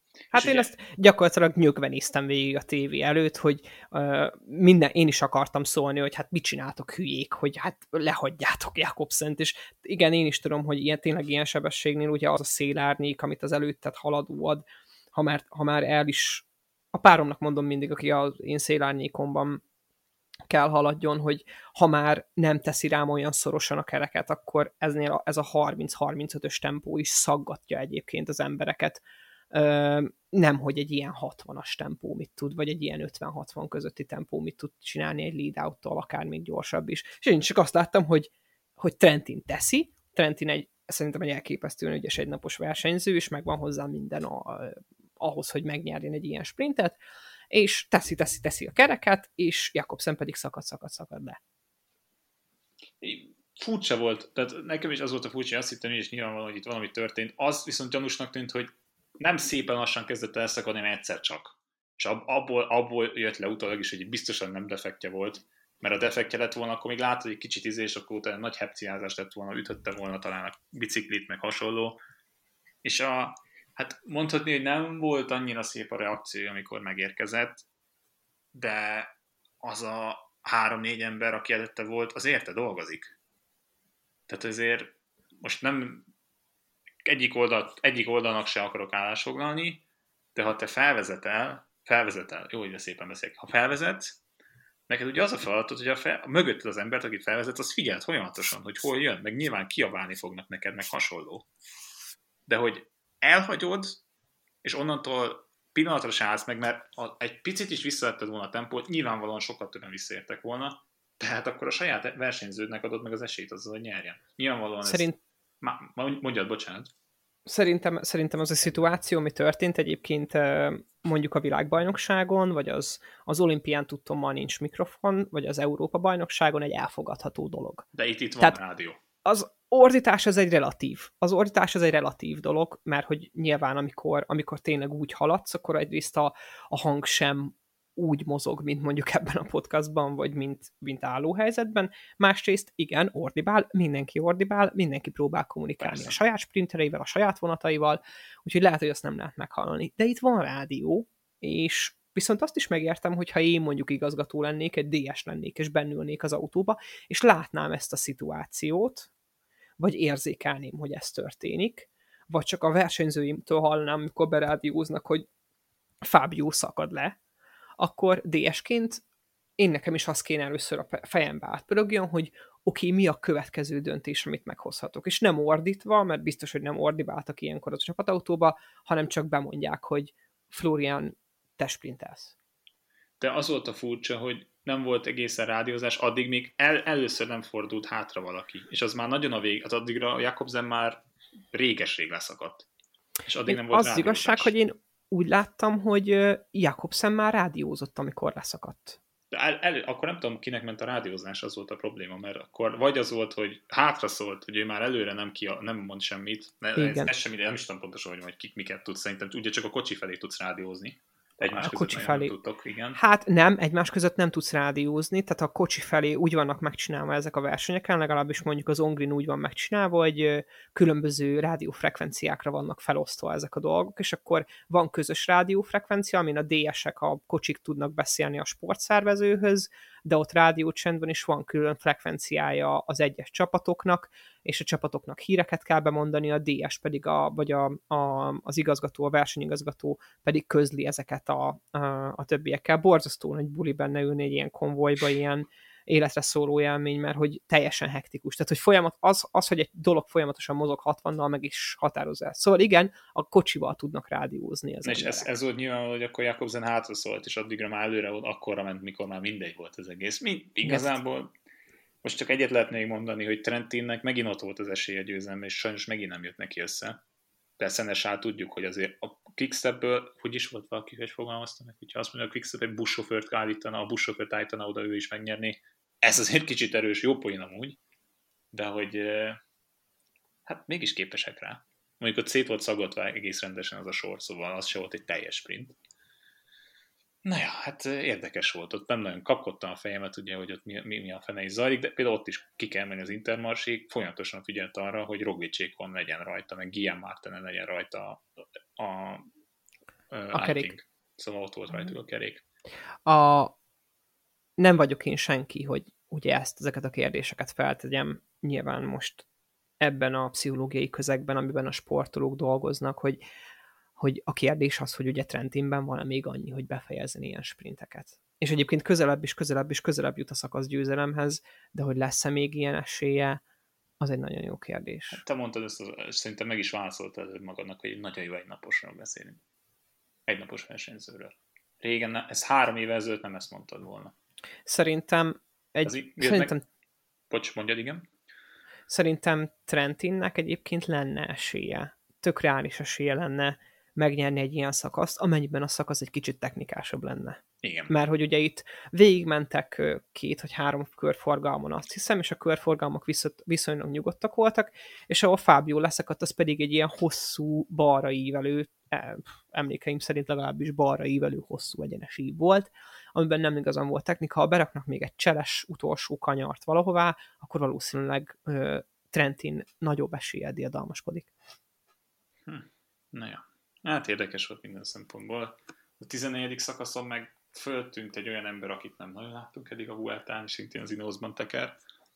Hát én ezt gyakorlatilag nyögve néztem végig a tévé előtt, hogy én is akartam szólni, hogy hát mit csináltok hülyék, hogy hát lehagyjátok Jakobsent, és igen, én is tudom, hogy tényleg ilyen sebességnél ugye az a szélárnyék, amit az előtted haladó ad, ha már el is, a páromnak mondom mindig, aki az én szélárnyékomban kell haladjon, hogy ha már nem teszi rám olyan szorosan a kereket, akkor ez a 30-35-ös tempó is szaggatja egyébként az embereket. Nem, hogy egy ilyen 60-as tempó mit tud, vagy egy ilyen 50-60 közötti tempó mit tud csinálni egy lead out-tal, akár még gyorsabb is. És én csak azt láttam, hogy Trentin teszi, Trentin szerintem egy elképesztően ügyes egynapos versenyző, és megvan hozzá minden ahhoz, hogy megnyerjen egy ilyen sprintet, és teszi a kereket, és Jakobsen pedig szakad le. Furcsa volt, tehát nekem is az volt a furcsa, hogy azt hittem, és nyilvánvalóan, hogy itt valami történt. Az viszont gyanúsnak tűnt, hogy nem szépen lassan kezdett elszakadni, hanem egyszer csak. És abból jött le utólag is, hogy biztosan nem defektje volt, mert a defektje lett volna, akkor még látod, hogy egy kicsit és akkor utána nagy hepciázás lett volna, ütötte volna talán a biciklit, meg hasonló. És hát mondhatni, hogy nem volt annyira szép a reakció, amikor megérkezett, de az a 3-4 ember, aki előtte volt, az érte dolgozik. Tehát ezért most nem egyik oldalnak se akarok állásfoglalni, de ha te felvezetel, jó, hogy szépen beszélek, ha felvezetsz, neked ugye az a feladatod, hogy a mögötted az embert, akit felvezet, az figyeld folyamatosan, hogy hol jön, meg nyilván kiabálni fognak neked, meg hasonló. De hogy elhagyod, és onnantól pillanatra se állsz meg, mert egy picit is visszavetted volna a tempót, nyilvánvalóan sokkal többen visszaértek volna, tehát akkor a saját versenyződnek adod meg az esélyt azzal, hogy nyerjen. Nyilvánvalóan mondjad, bocsánat. Szerintem az a szituáció, ami történt egyébként mondjuk a világbajnokságon, vagy az olimpián tudtommal nincs mikrofon, vagy az Európa-bajnokságon egy elfogadható dolog. De itt van rádió. Az ordítás az egy relatív dolog, mert hogy nyilván amikor tényleg úgy haladsz, akkor egyrészt a hang sem úgy mozog, mint mondjuk ebben a podcastban, vagy mint állóhelyzetben. Másrészt igen, ordibál, mindenki próbál kommunikálni Persze. a saját sprintereivel, a saját vonataival, úgyhogy lehet, hogy azt nem lehet meghallani. De itt van rádió, és viszont azt is megértem, hogy ha én mondjuk igazgató lennék, egy DS lennék, és bennülnék az autóba, és látnám ezt a szituációt, vagy érzékelném, hogy ez történik, vagy csak a versenyzőimtől hallanám, amikor berádióznak, hogy Fábio szakad le, akkor DS-ként én nekem is azt kéne először a fejembe átpörögjön, hogy oké, mi a következő döntés, amit meghozhatok. És nem ordítva, mert biztos, hogy nem ordibáltak ilyenkor a csapatautóba, hanem csak bemondják, hogy Florian, te sprintelsz. De az volt a furcsa, hogy nem volt egészen rádiózás, addig még először nem fordult hátra valaki. És az már nagyon a vég, az addigra a Jakobsen már réges-rég leszakadt. És addig nem volt az rádiózás. Igazság, hogy én úgy láttam, hogy Jakobsen már rádiózott, amikor leszakadt. De akkor nem tudom, kinek ment a rádiózás, az volt a probléma, mert akkor vagy az volt, hogy hátra szólt, hogy ő már előre nem mond semmit, ez sem ide, nem is tudom pontosan, hogy kik miket tudsz, szerintem ugye csak a kocsi felé tudsz rádiózni. Egymás a kocsi felé. Tudtok, igen. Hát nem, egymás között nem tudsz rádiózni, tehát a kocsi felé úgy vannak megcsinálva ezek a versenyeken, legalábbis mondjuk az Ongrin úgy van megcsinálva, hogy különböző rádiófrekvenciákra vannak felosztva ezek a dolgok, és akkor van közös rádiófrekvencia, amin a DS-ek, a kocsik tudnak beszélni a sportszervezőhöz, de ott rádiócsend van, és van külön frekvenciája az egyes csapatoknak, és a csapatoknak híreket kell bemondani, a DS pedig az igazgató, a versenyigazgató pedig közli ezeket a többiekkel. Borzasztó nagy buli benne ülni egy ilyen konvojba, ilyen életre szóló élmény, mert hogy teljesen hektikus. Tehát, hogy hogy egy dolog folyamatosan mozog 60-nal, meg is határozza el. Szóval igen, a kocsival tudnak rádiózni. És ez volt nyilvánvaló, hogy akkor Jakobsen hátra szólt, és addigra már előre akkorra ment, mikor már mindegy volt az egész. Igazából most csak egyet lehet még mondani, hogy Trentinnek megint ott volt az esélye győzelme, és sajnos megint nem jött neki össze. Persze Nesál tudjuk, hogy azért a Quickstepből, hogy is volt valaki, hogy fogalmazta meg, hogyha azt mondja, a Quickstep egy buszsofőrt állítana oda, ő is megnyerni. Ez azért kicsit erős, jó poén amúgy, de hogy hát mégis képesek rá. Mondjuk ott szét volt szaggatva egész rendesen az a sor, szóval az se volt egy teljes sprint. Na ja, hát érdekes volt, ott nem nagyon kapkodtam a fejemet, ugye, hogy ott mi a fene is zajlik, de például ott is ki kell menni az Intermarché, folyamatosan figyelt arra, hogy Roglicsékon legyen rajta, meg Guillaume Martinen legyen rajta a A I kerék. think. Szóval ott volt rajtuk a kerék. Nem vagyok én senki, hogy ugye ezeket a kérdéseket feltegyem. Nyilván most ebben a pszichológiai közegben, amiben a sportolók dolgoznak, hogy a kérdés az, hogy ugye Trentinben van még annyi, hogy befejezni ilyen sprinteket. És egyébként közelebb jut a szakaszgyőzelemhez, de hogy lesz-e még ilyen esélye, az egy nagyon jó kérdés. Hát te mondtad ezt, szerintem meg is válaszoltad magadnak, hogy nagyon jó egynaposról beszélünk. Egynapos versenyzőről. Régen, ez 3 éve ezelőtt nem ezt mondtad volna. Szerintem Bocs, mondjad, igen? Szerintem Trentinnek egyébként lenne esélye. Tök reális esélye lenne megnyerni egy ilyen szakaszt, amennyiben a szakasz egy kicsit technikásabb lenne. Igen. Mert hogy ugye itt végigmentek 2 vagy 3 körforgalmon, azt hiszem, és a körforgalmak viszonylag nyugodtak voltak, és ahol Fábio leszakadt, az pedig egy ilyen hosszú balra ívelő, emlékeim szerint legalábbis balra ívelő hosszú egyenes ív volt, amiben nem igazán volt technika. Ha beraknak még egy cseles utolsó kanyart valahová, akkor valószínűleg Trentin nagyobb eséllyel diadalmaskodik. Na ja. Hát érdekes volt minden szempontból. A 14. szakaszon meg föltűnt egy olyan ember, akit nem nagyon láttunk eddig a Vueltán, szintén az Ineosban teker.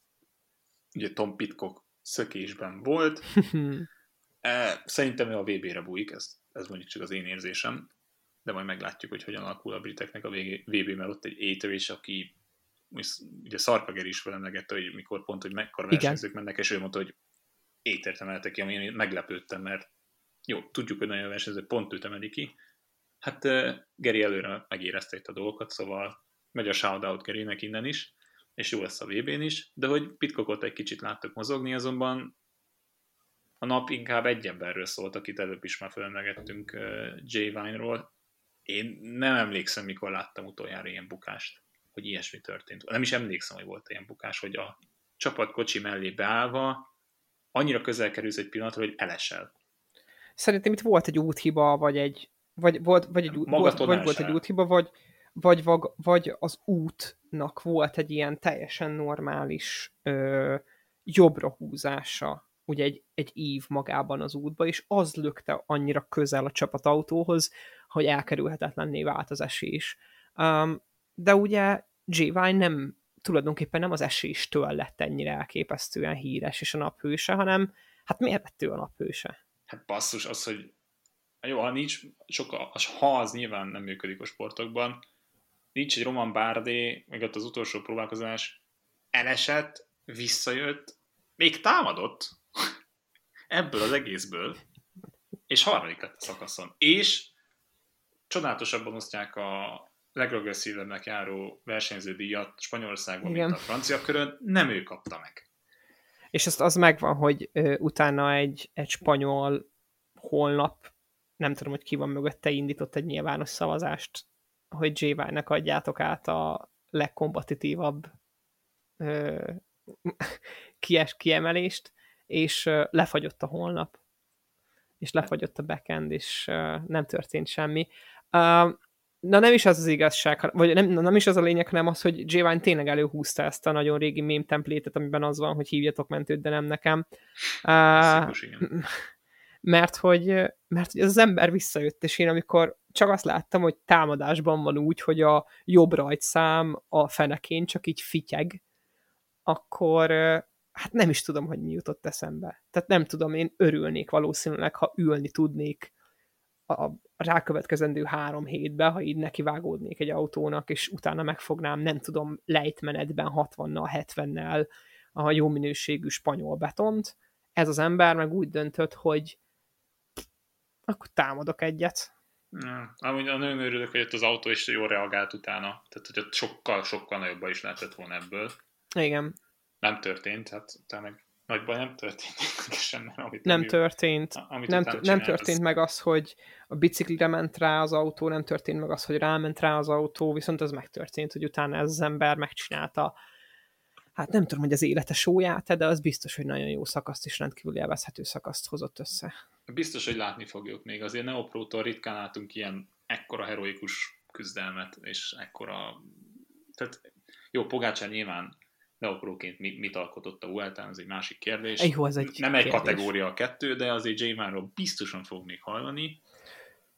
Ugye Tom Pidcock szökésben volt. Szerintem ő a VB-re bújik, ez mondjuk csak az én érzésem, de majd meglátjuk, hogy hogyan alakul a briteknek a VB, mert ott egy Aether is, aki ugye Sarkager is felemlegette, hogy mikor pont, hogy mekkora versenyzők mennek, és ő mondta, hogy Aethert emelte ki, ami én meglepődtem, mert jó, tudjuk, hogy nagyon versenyző, pont őt emeli ki. Hát Geri előre megérezte itt a dolgokat, szóval megy a shoutout Gerinek innen is, és jó lesz a VB-n is, de hogy Pidcockot egy kicsit láttuk mozogni, azonban a nap inkább egy emberről szólt, akit előbb is már felemlegettünk, Jay Vine-ról. Én nem emlékszem, mikor láttam utoljára ilyen bukást, hogy ilyesmi történt. Nem is emlékszem, hogy volt ilyen bukás, hogy a csapat kocsi mellé beállva annyira közel kerülsz egy pillanatra, hogy elesel. Szerintem itt volt egy úthiba, vagy volt egy úthiba, vagy az útnak volt egy ilyen teljesen normális jobbra húzása, ugye egy ív magában az útba, és az lökte annyira közel a csapatautóhoz, hogy elkerülhetetlenné vált az esés. De ugye J. Tulajdonképpen nem az eséstől lett ennyire elképesztően híres és a naphőse, hanem hát miért lett ő a naphőse? Hát basszus, az, hogy jó, ha nincs ha az nyilván nem működik a sportokban, nincs egy Romain Bardet, meg ott az utolsó próbálkozás, elesett, visszajött, még támadott ebből az egészből, és harmadik lett a szakaszon. És csodálatosabban osztják a legregresszívebbnek járó versenyződíjat Spanyolországban, mint a francia körön, nem ő kapta meg. És az megvan, hogy utána egy spanyol honlap, nem tudom, hogy ki van mögötte, indított egy nyilvános szavazást, hogy J-nek adjátok át a legkompetitívabb kiemelést, és lefagyott a honlap, és lefagyott a backend, és nem történt semmi. Na nem is az az igazság, vagy nem is az a lényeg, hanem az, hogy J. tényleg előhúzta ezt a nagyon régi meme templétet, amiben az van, hogy hívjatok mentőt, de nem nekem. Mert hogy ez az ember visszajött, és én amikor csak azt láttam, hogy támadásban van úgy, hogy a jobb rajtszám a fenekén csak így fityeg, akkor hát nem is tudom, hogy mi jutott eszembe. Tehát nem tudom, én örülnék valószínűleg, ha ülni tudnék a rákövetkezendő 3 hétben, ha így nekivágódnék egy autónak, és utána megfognám, nem tudom, lejtmenetben 60-nal, 70-nel a jó minőségű spanyol betont. Ez az ember meg úgy döntött, hogy akkor támadok egyet. Amúgy nagyon örülök, hogy ott az autó is jól reagált utána. Tehát, hogy ott sokkal nagyobban is lehetett volna ebből. Igen. Nem történt, hát utána meg nagy baj nem történt. Nem történt meg az, hogy a biciklire ment rá az autó, nem történt meg az, hogy ráment rá az autó, viszont az megtörtént, hogy utána ez az ember megcsinálta, hát nem tudom, hogy az élete sóját, de az biztos, hogy nagyon jó szakaszt és rendkívül élvezhető szakaszt hozott össze. Biztos, hogy látni fogjuk még. Azért Neoprótól ritkán látunk ilyen ekkora heroikus küzdelmet, és ekkora... Tehát jó, Pogácsár nyilván Neopróként mit alkotott a Vueltán, az egy másik kérdés. Nem egy kategória a kettő, de azért J-Manról biztosan fog még hallani.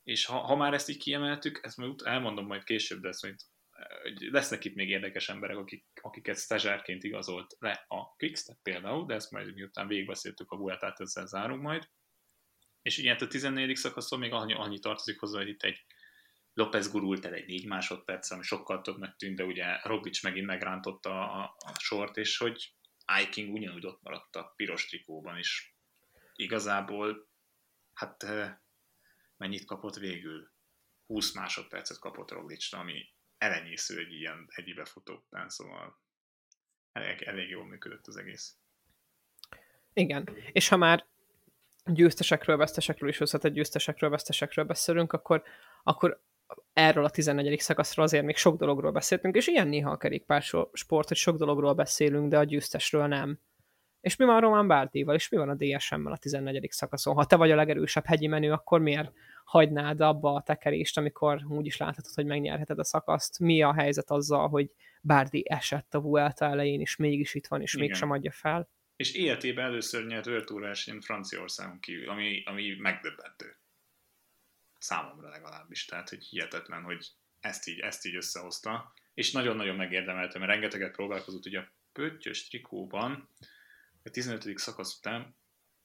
és ha már ezt így kiemeltük, ezt majd elmondom majd később, de ezt majd, lesznek itt még érdekes emberek, akiket stazsárként igazolt le a Quickstep például, de ezt majd miután végigbeszéltük a Vueltát, ezzel zárunk majd. És ugye a 14. szakaszon még annyi tartozik hozzá, hogy itt egy López gurult el egy 4 másodperc, ami sokkal többnek tűnt, de ugye Roglic megint megrántotta a sort, és hogy Eiking ugyanúgy ott maradt a piros trikóban is. Igazából, hát mennyit kapott végül? 20 másodpercet kapott Roglicra, ami elenyésző egy ilyen egyibe futó után, szóval elég jól működött az egész. Igen, és ha már győztesekről, vesztesekről és összetett győztesekről, vesztesekről beszélünk, akkor erről a 14. szakaszról azért még sok dologról beszéltünk, és ilyen néha a kerékpársport, hogy sok dologról beszélünk, de a győztesről nem. És mi van Romain Bardival, és mi van a DSM-mel a 14. szakaszon? Ha te vagy a legerősebb hegyi menő, akkor miért hagynád abba a tekerést, amikor úgyis láthatod, hogy megnyerheted a szakaszt? Mi a helyzet azzal, hogy Bardi esett a Vuelta elején, és mégis itt van, és Igen. mégsem adja fel? És életében először nyert World Tour versenyen Franciaországon kívül, ami megdöbbentő. Számomra legalábbis. Tehát, hogy hihetetlen, hogy ezt így összehozta. És nagyon-nagyon megérdemelte, mert rengeteget próbálkozott, ugye a pöttyös trikóban a 15. szakasz után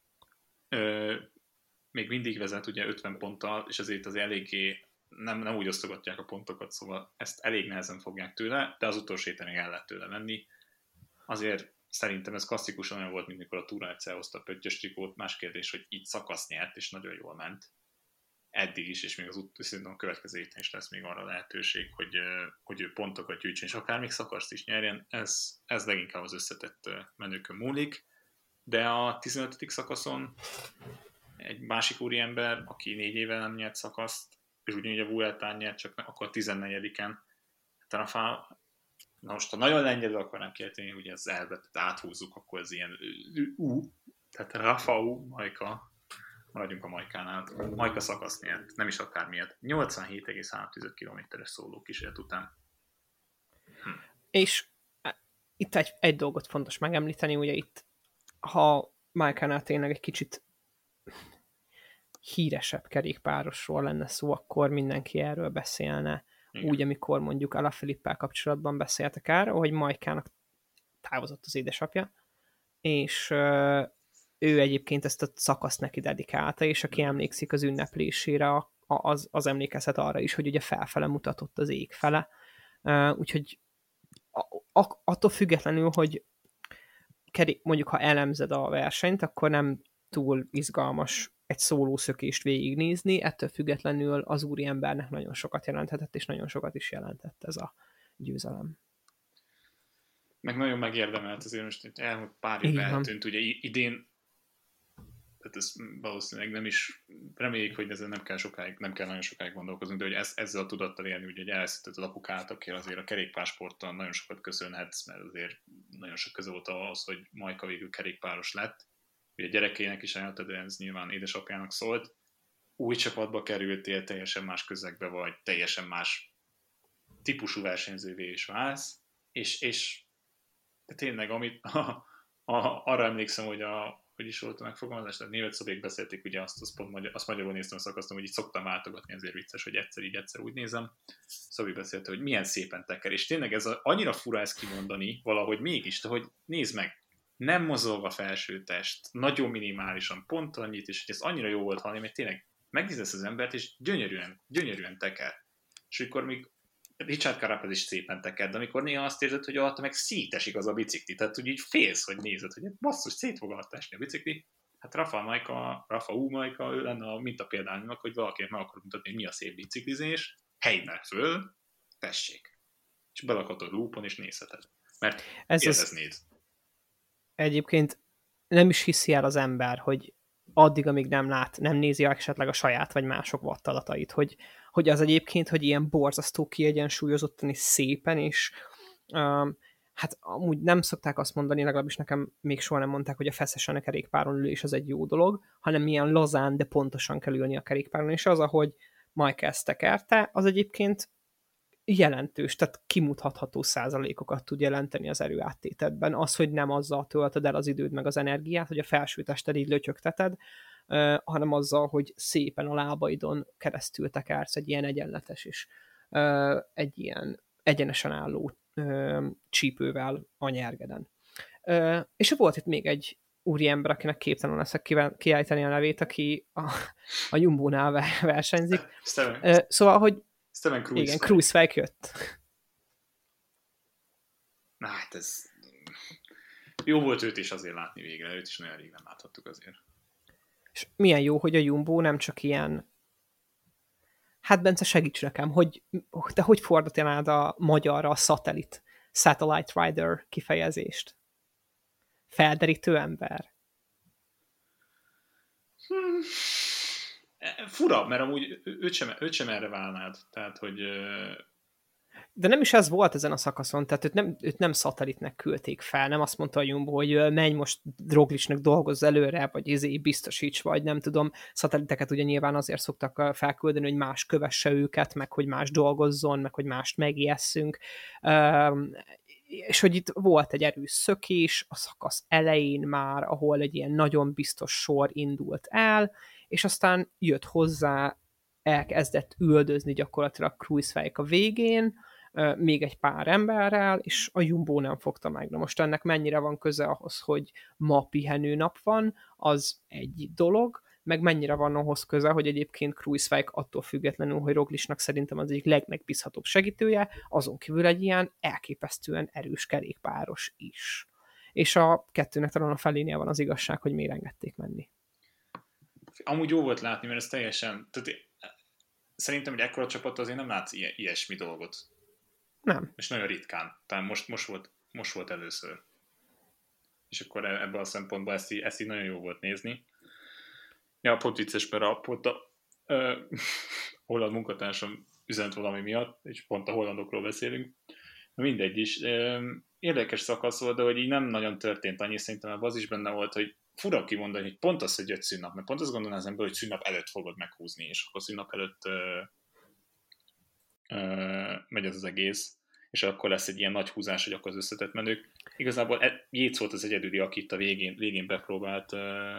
még mindig vezet ugye 50 ponttal, és azért eléggé nem úgy osztogatják a pontokat, szóval ezt elég nehezen fogják tőle, de az utolsó héten még el lehet tőle menni. Azért szerintem ez klasszikusan olyan volt, mint mikor a Tour egyszer hozta a pöttyös trikót, más kérdés, hogy itt szakasz nyert, és nagyon jól ment. Eddig is, és még szerintem a következő héten is lesz még arra lehetőség, hogy ő pontokat gyűjtsön, és akár még szakaszt is nyerjen, ez leginkább az összetett menőkön múlik, de a 15. szakaszon egy másik úriember, aki 4 éve nem nyert szakaszt, és ugyanúgy a Vueltán nyert, csak akkor 14-en. Rafa, na most, ha nagyon lengyelül akarnám kérteni, hogy ez elvetett, áthúzzuk, akkor ez ilyen tehát Rafa Majka, maradjunk a Majkánál. Majka szakasz nyert, nem is akármilyet. 87,3 kilométeres szóló kísérlet után. És itt egy dolgot fontos megemlíteni, ugye itt, ha Majkánál tényleg egy kicsit híresebb kerékpárosról lenne szó, akkor mindenki erről beszélne. Igen. Úgy, amikor mondjuk Alaphilippel kapcsolatban beszéltek erről, hogy Majkának távozott az édesapja, és ő egyébként ezt a szakaszt neki dedikálta, és aki emlékszik az ünneplésére, az emlékezhet arra is, hogy ugye felfele mutatott az ég fele. Úgyhogy attól függetlenül, hogy mondjuk ha elemzed a versenyt, akkor nem túl izgalmas egy szólószökést végignézni, ettől függetlenül az úriembernek nagyon sokat jelenthetett, és nagyon sokat is jelentett ez a győzelem. Meg nagyon megérdemelt azért, most elmúlt pár év eltűnt, ugye idén, tehát ez valószínűleg nem is, reméljük, hogy ezzel nem kell nagyon sokáig gondolkozni, de hogy ezzel a tudattal élni, ugye, hogy elszített az apukát, aki azért a kerékpársporttal nagyon sokat köszönhetsz, mert azért nagyon sok köze volt ahhoz, hogy Majka végül kerékpáros lett. Ugye a gyerekének is ajánlott, de ez nyilván édesapjának szólt. Új csapatba kerültél, teljesen más közegbe vagy, teljesen más típusú versenyzővé is válsz, és de tényleg, arra emlékszem, hogy hogy is volt a megfogalmazás, tehát Német Szobék beszélték, ugye azt magyarul néztem a szakasztom, hogy így szoktam váltogatni, ezért vicces, hogy egyszer így, egyszer úgy nézem. Szobék beszélte, hogy milyen szépen teker, és tényleg annyira fura ezt kimondani valahogy mégis, de hogy nézd meg, nem mozog a felső test, nagyon minimálisan, pont annyit, és hogy ez annyira jó volt hallani, mert tényleg megnézesz az embert, és gyönyörűen teker. És amikor még Richard Carapaz is szépen teker, de amikor néha azt érzed, hogy alatta meg szétesik az a bicikli, tehát úgy így félsz, hogy nézed, hogy basszus, szét fog alatt esni a bicikli. Hát Rafa Majka, ő lenne a mintapéldánynak, hogy valakinek meg akarod mutatni, hogy mi a szép biciklizés, helyben föl, tessék. És belakhatod loopon, és nézheted. Mert élveznéd. Egyébként nem is hiszi el az ember, hogy addig, amíg nem nézi esetleg a saját vagy mások wattadatait, hogy az egyébként, hogy ilyen borzasztó kiegyensúlyozottan és szépen, és hát amúgy nem szokták azt mondani, legalábbis nekem még soha nem mondták, hogy a feszesen a kerékpáron ülés az egy jó dolog, hanem ilyen lazán, de pontosan kell ülni a kerékpáron, és az, ahogy Majka ezt tekerte, az egyébként jelentős, tehát kimutatható százalékokat tud jelenteni az erőáttétedben. Az, hogy nem azzal töltöd el az időd meg az energiát, hogy a felső tested így lötyögteted, hanem azzal, hogy szépen a lábaidon keresztül tekersz egy ilyen egyenletes és egy ilyen egyenesen álló csípővel a nyergeden. És volt itt még egy úriember, akinek képtelen leszek kiállítani a nevét, aki a Jumbo-nál versenyzik. Szóval, hogy Steven igen, Kruijswijk jött. Na hát ez... Jó volt őt is azért látni végre, őt is nagyon rég nem láthattuk azért. És milyen jó, hogy a Jumbo nem csak ilyen... Hát Bence, segíts nekem, te hogy fordítanád a magyarra a Satellite Rider kifejezést? Felderítő ember? Fura, mert amúgy őt sem erre válnád. Tehát, hogy... De nem is ez volt ezen a szakaszon, tehát őt nem szatellitnek küldték fel, nem azt mondta a Jumbo, hogy menj most Roglicnak dolgozz előre, vagy biztosíts, vagy nem tudom, szatelliteket ugye nyilván azért szoktak felküldeni, hogy más kövesse őket, meg hogy más dolgozzon, meg hogy mást megijesszünk, és hogy itt volt egy erős szökés a szakasz elején már, ahol egy ilyen nagyon biztos sor indult el, és aztán jött hozzá, elkezdett üldözni gyakorlatilag Kruijswijk a végén, még egy pár emberrel, és a Jumbo nem fogta meg. Na most ennek mennyire van köze ahhoz, hogy ma pihenőnap van, az egy dolog, meg mennyire van ahhoz köze, hogy egyébként Kruijswijk attól függetlenül, hogy Roglicnak szerintem az egyik legmegbízhatóbb segítője, azon kívül egy ilyen elképesztően erős kerékpáros is. És a kettőnek talán a felénél van az igazság, hogy miért engedték menni. Amúgy jó volt látni, mert ez teljesen... Tehát szerintem, hogy ekkora csapat azért nem látsz ilyesmi dolgot. Nem. És nagyon ritkán. Talán most volt először. És akkor ebből a szempontból ezt így nagyon jó volt nézni. Ja, pont vicces, mert pont a holland munkatársam üzent valami miatt, és pont a hollandokról beszélünk. Mindegy is. Érdekes szakasz volt, de hogy így nem nagyon történt annyi, szerintem az is benne volt, hogy fura kimondani, hogy pont az, hogy jött szünnap, mert pont azt gondolná az ember, hogy szünnap előtt fogod meghúzni, és akkor szünnap előtt megy ez az egész, és akkor lesz egy ilyen nagy húzás, hogy akkor az összetett menők. Igazából Yates volt az egyedüli, aki itt a végén bepróbált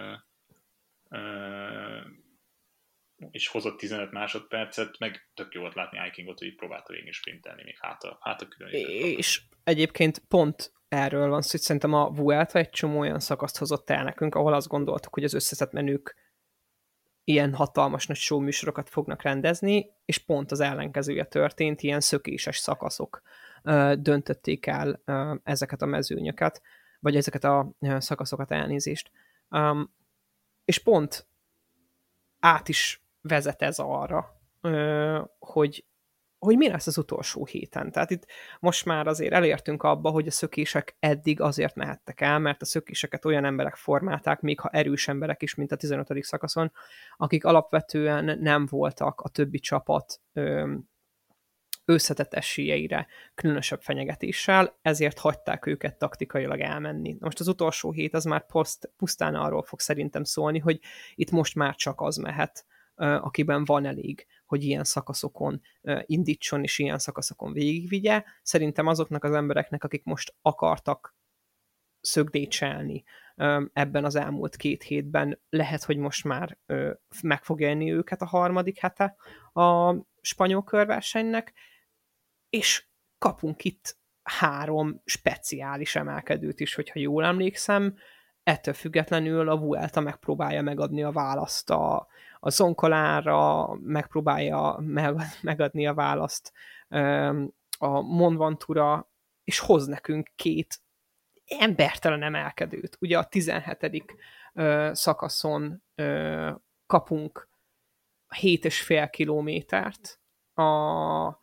és hozott 15 másodpercet, meg tök jó volt látni Eikingot, hogy itt próbálta végén sprintelni, még hát a külön. És egyébként pont erről van szó, hogy szerintem a Vuelta egy csomó olyan szakaszt hozott el nekünk, ahol azt gondoltuk, hogy az összetett menők ilyen hatalmas nagy show műsorokat fognak rendezni, és pont az ellenkezője történt, ilyen szökéses szakaszok döntötték el ezeket a mezőnyöket, vagy ezeket a szakaszokat, elnézést. És pont át is vezet ez arra, hogy mi lesz az utolsó héten. Tehát itt most már azért elértünk abba, hogy a szökések eddig azért mehettek el, mert a szökéseket olyan emberek formálták, még ha erős emberek is, mint a 15. szakaszon, akik alapvetően nem voltak a többi csapat összetett esélyeire különösebb fenyegetéssel, ezért hagyták őket taktikailag elmenni. Most az utolsó hét az már pusztán arról fog szerintem szólni, hogy itt most már csak az mehet, akiben van elég, hogy ilyen szakaszokon indítson, és ilyen szakaszokon végigvigye. Szerintem azoknak az embereknek, akik most akartak szögdécselni ebben az elmúlt 2 hétben, lehet, hogy most már meg fog élni őket a harmadik hete a spanyol körversenynek, és kapunk itt 3 speciális emelkedőt is, hogyha jól emlékszem. Ettől függetlenül a Vuelta megpróbálja megadni a választ a Zoncolára, megpróbálja megadni a választ a Mont Ventura, és hoz nekünk 2 embertelen emelkedőt. Ugye a 17. szakaszon kapunk 7,5 kilométert a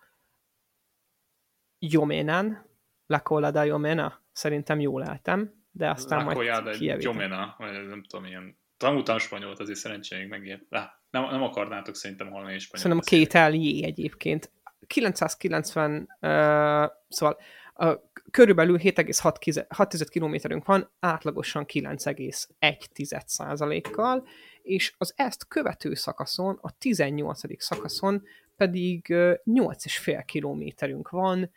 Joménán, La Cola da Jomena, szerintem jól álltam, de aztán majd kijavítom. Jomena, vagy nem tudom, ilyen tanultam spanyolt, azért szerencsére megért. Nem akarnátok szerintem hallani is spanyol. Szerintem a 2 LJ egyébként. 990, szóval körülbelül 7,6 kilométerünk van, átlagosan 9,1%-kal, és az ezt követő szakaszon, a 18. szakaszon pedig 8,5 kilométerünk van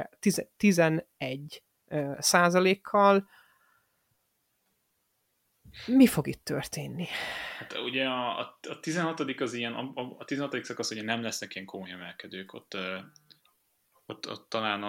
11 százalékkal. Mi fog itt történni? Hát ugye a 16. az ilyen, a 16. szakasz ugye nem lesznek ilyen komoly emelkedők, ott talán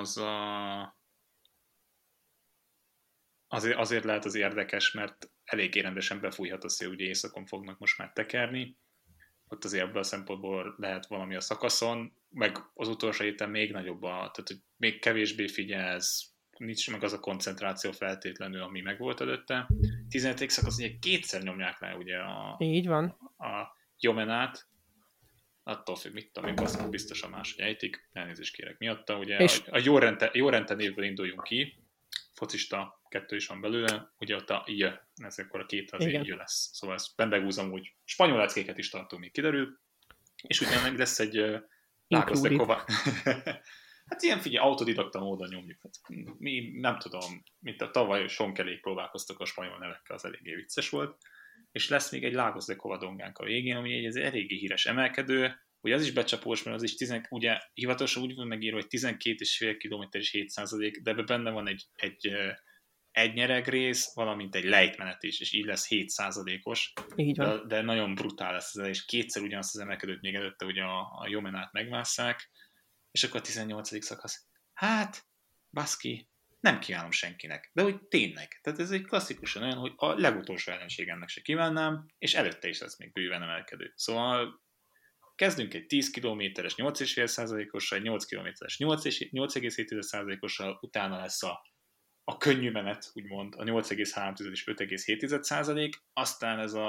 azért lehet az érdekes, mert eléggé rendesen befújhat a szél, ugye éjszakon fognak most már tekerni, ott azért ebből a szempontból lehet valami a szakaszon, meg az utolsó héten még nagyobb, tehát hogy még kevésbé figyelsz, nincs meg az a koncentráció feltétlenül, ami megvolt előtte. 15. szakasz ugye kétszer nyomják le ugye Így van. a Jomenát, attól függ, mit tudom, én biztosan máshogy ejtik, elnézést kérek miatta, ugye és a Jórente névből induljunk ki, focista kettő is van belőle, ugye ott a J, ez akkor a két az J lesz, szóval ezt bendegúzom úgy, spanyol leckéket is tartunk, még kiderül, és utána meg lesz egy Lagos de Cova. Hát ilyen figyelj, autodidakta módon nyomjuk. Hát, mi nem tudom, mint a tavaly sonkelék próbálkoztak a spanyol nevekkel, az eléggé vicces volt. És lesz még egy Lagos de Covadongánk a végén, ami egy eléggé híres emelkedő, ugye az is becsapós, mert az is ugye hivatalosan úgy van megírva, hogy 12,5 km és 7%, de ebben benne van egy nyeregrész, valamint egy lejtmenet is, és így lesz 7%-os. Így van. De nagyon brutál lesz ez, és kétszer ugyanazt az emelkedőt még előtte ugye a Jomenát megmásszák, és akkor a 18. szakasz. Hát, baszki, nem kívánom senkinek. De hogy tényleg. Tehát ez egy klasszikusan olyan, hogy a legutolsó ellenségemnek se kívánnám, és előtte is lesz még bőven emelkedő. Szóval kezdünk egy 10 km-es 8,5%-ossal, egy 8 km-es 8,7%-ossal, utána lesz a könnyű menet, úgymond, a 8,3 és 5,7%, aztán ez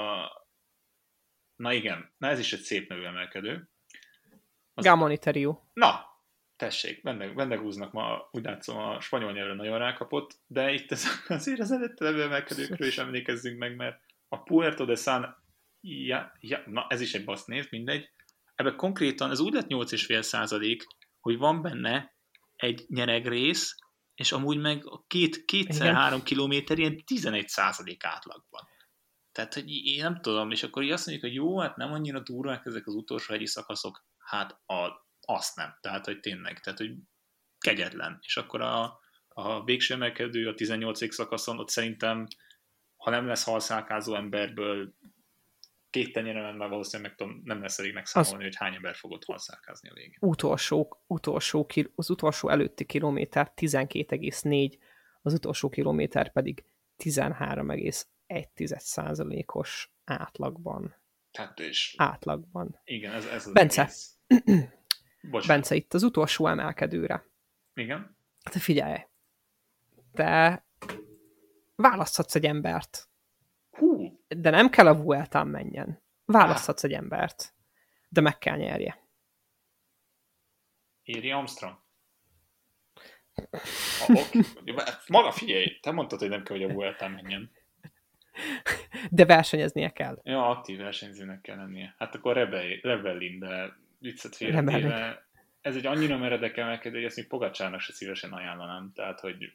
na igen, ez is egy szép nevű emelkedő. Gamoniterio. Na, tessék, vendegúznak ma, úgy látszom, a spanyol nyelvre nagyon rákapott, de itt azért az előtte levő emelkedőkről is emlékezzünk meg, mert a Puerto de San... na, ez is egy basz név, mindegy. Ebben konkrétan ez úgy lett 8,5%, hogy van benne egy nyeregrész, és amúgy meg a kétszer 3 kilométer ilyen 11% átlagban. Tehát, hogy én nem tudom, és akkor így azt mondjuk, hogy jó, hát nem annyira durvák ezek az utolsó hegyi szakaszok, hát azt nem. Tehát, hogy tényleg, tehát, hogy kegyetlen. És akkor a végső emelkedő a 18. szakaszon, ott szerintem, ha nem lesz halszálkázó emberből, két tenyerem, már valószínűleg nem lesz elég megszámolni, hogy hány ember fogott halszálkázni a végén. Az utolsó előtti kilométer 12,4, az utolsó kilométer pedig 13,1%-os átlagban. Tehát és... Átlagban. Igen, ez az Bence. egész. Bence, itt az utolsó emelkedőre. Igen? Te figyelj. Te választhatsz egy embert. De nem kell a Vueltán menjen. Választhatsz egy embert. De meg kell nyerje. Éri Armstrong? Maga figyelj, te mondtad, hogy nem kell, hogy a Vueltán menjen. De versenyeznie kell. Ja, aktív versenyzőnek kell lennie. Hát akkor Rebellin, de viccet félretéve. Ez egy annyira meredek emelkedő, hogy ezt még Pogacsárnak se szívesen ajánlanám. Tehát, hogy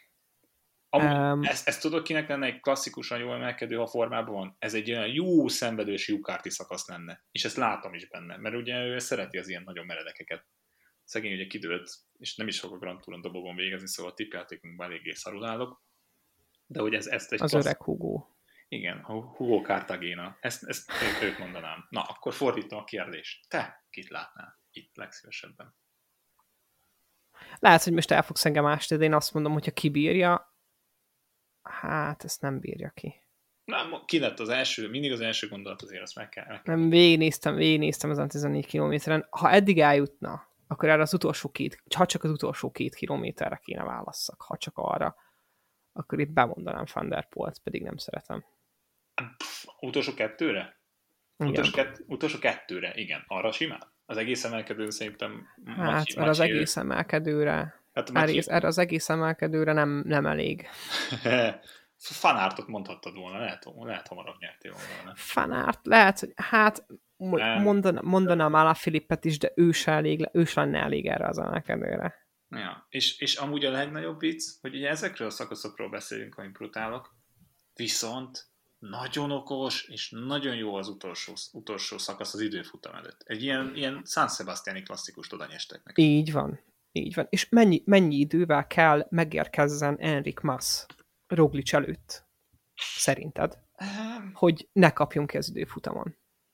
ezt tudod, kinek lenne egy klasszikusan jó emelkedő, ha formában van? Ez egy olyan jó szenvedős lyukárti szakasz lenne. És ezt látom is benne, mert ugye ő szereti az ilyen nagyon meredekeket. Szegény ugye kidőlt, és nem is fog a Grand Touron dobogon végezni, szóval a tippjátékunkban eléggé szarul állok. De hogy ezt egy öreg Hugo. Igen, a Hugo Cartagena. Ezt őt mondanám. Na, akkor fordítom a kérdést. Te kit látnál itt legszívesebben? Lehet, hogy most el fogsz engem ásni, de én azt mondom, hogyha kibírja, hát ezt nem bírja ki. Nem, ki lett az első, mindig az első gondolat azért, azt meg kell. Nem, végignéztem ezen 14 kilométeren. Ha eddig eljutna, akkor erre az utolsó ha csak az utolsó 2 kilométerre kéne válasszak, ha csak arra, akkor itt bemondanám Van der Poelt, pedig nem szeretem. Utolsó kettőre? Utolsó kettőre, igen. Arra simán? Az egész emelkedőn szerintem... Hát, erre az egész emelkedőre... Erre az egész emelkedőre nem elég. Fanártot mondhattad volna, lehet hamarabb nyertél volna. Fanárt, lehet, hogy hát mondanám Alaphilippet is, de ő lenne elég erre az emelkedőre. Ja, és amúgy a legnagyobb vicc, hogy ugye ezekről a szakaszokról beszélünk, ami brutálok, viszont nagyon okos, és nagyon jó az utolsó szakasz az időfutam előtt. Egy ilyen San Sebastiani klasszikust oda nyestek neki. Így van. És mennyi idővel kell megérkezzen Enric Mas Roglic előtt? Szerinted? hogy ne kapjunk ki az időfutamon.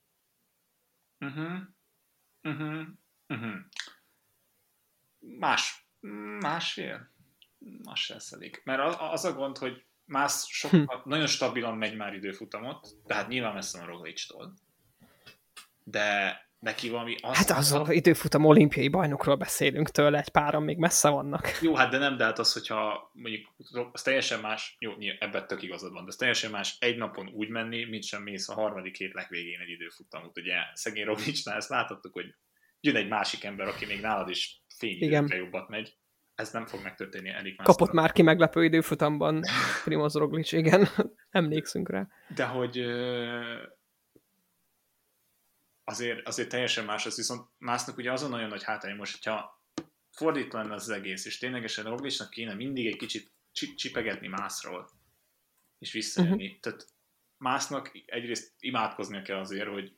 Másfél? Az se lesz elég. Mert az a gond, hogy más sokkal, nagyon stabilan megy már időfutamot, tehát nyilván messze van Roglic-tól. De neki valami... Hát az időfutam olimpiai bajnokról beszélünk tőle, egy páran még messze vannak. Jó, hát de nem, de hát az, hogyha mondjuk az teljesen más, jó, ebben tök igazad van, de az teljesen más egy napon úgy menni, mint sem mész a harmadik hét legvégén egy időfutamot. Ugye szegény Roglicnál ezt láthattuk, hogy jön egy másik ember, aki még nálad is fényidőkre jobbat megy. Ez nem fog megtörténni Erik Másztal. Kapott már ki meglepő időfutamban Primoz Roglic, igen, emlékszünk rá. De hogy azért teljesen más, ez viszont Másznak ugye azon nagyon nagy hátrány most, hogyha fordítva lenne az egész, és ténylegesen Roglicnak kéne mindig egy kicsit csipegetni Mászról, és visszajönni. Tehát Másznak egyrészt imádkoznia kell azért, hogy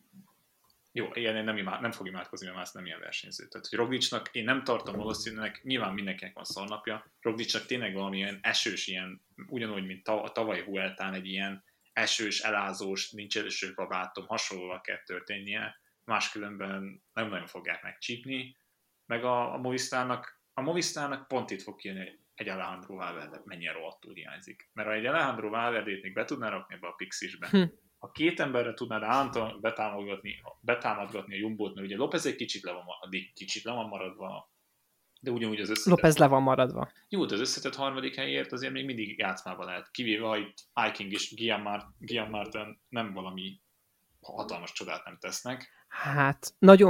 jó, ilyen nem fog imádkozni, mert Mász nem ilyen versenyző. Tehát, hogy Roglicnak én nem tartom valószínűleg, nyilván mindenkinek van szarnapja, Roglicnak tényleg valamilyen esős, ilyen, ugyanúgy, mint a tavalyi Vueltán egy ilyen esős, elázós, nincs eső babátom, hasonlóval kell történnie, máskülönben nem nagyon fogják megcsípni, meg a Movistarnak pont itt fog kijönni, hogy egy Alejandro Valverde mennyire rohadtul hiányzik. Mert ha egy Alejandro Valverdét még be tudná rakni ebbe a Pixisbe, ha két emberre tudnád állandóan betámadgatni a Jumbót, mert ugye López egy kicsit le van maradva, de ugyanúgy az összetett... López le van maradva. Jó, de az összetett harmadik helyért azért még mindig játszmában lehet. Kivéve, hogy Eiking és Guillaume Martin nem valami hatalmas csodát nem tesznek. Hát nagyon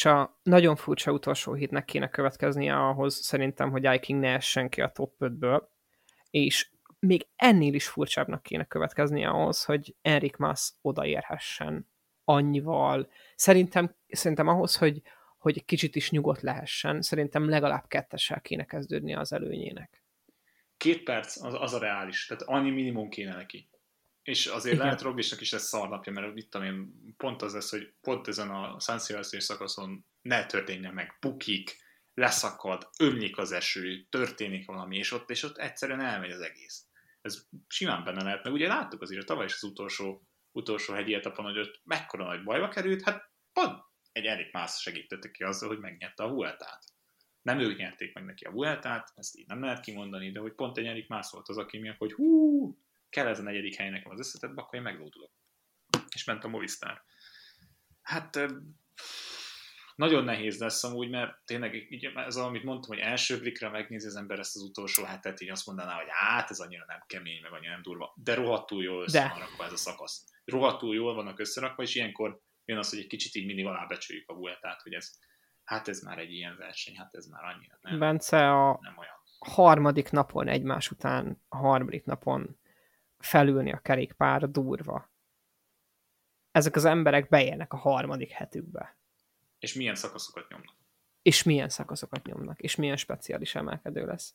furcsa utolsó hétnek kéne következnie ahhoz szerintem, hogy Eiking ne essen ki a top 5-ből, és még ennél is furcsábbnak kéne következnie ahhoz, hogy Enric Mas odaérhessen annyival. Szerintem ahhoz, hogy kicsit is nyugodt lehessen, szerintem legalább 2-essel kéne kezdődnie az előnyének. 2 perc az a reális, tehát annyi minimum kéne neki. És azért igen. Lehet Roglicnak is lesz szarnapja, mert mit tudom én, pont az lesz, hogy pont ezen a San Silvestri szakaszon ne történjen meg, bukik, leszakad, ömlik az eső, történik valami, és ott egyszerűen elmegy az egész. Ez simán benne lehet, meg ugye láttuk azért, tavaly is az utolsó hegyi etapon, hogy ott mekkora nagy bajba került, hát pont egy Enric Mas segítette ki azzal, hogy megnyerte a Vueltát. Nem ők nyerték meg neki a Vueltát, ezt így nem lehet kimondani, de hogy pont egy Enric Mas volt az, aki miatt, hogy kell ez a 4. hely nekem az összetetbe, akkor én meglódulok. És ment a Movistar. Hát nagyon nehéz lesz amúgy, mert tényleg így, ez amit mondtam, hogy első blikre megnézi az ember ezt az utolsó hetet, így azt mondaná, hogy hát ez annyira nem kemény, meg annyira nem durva, de rohadtul jól össze van rakva ez a szakasz. Rohadtul jól vannak összerakva, és ilyenkor jön az, hogy egy kicsit így mindig alábecsüljük a Vueltát, hogy ez már egy ilyen verseny, hát ez már annyira nem. Bence, nem olyan. Harmadik napon egymás után, a harmadik napon felülni a kerékpárra durva. Ezek az emberek beérnek a harmadik hetükbe. És milyen szakaszokat nyomnak. És milyen speciális emelkedő lesz.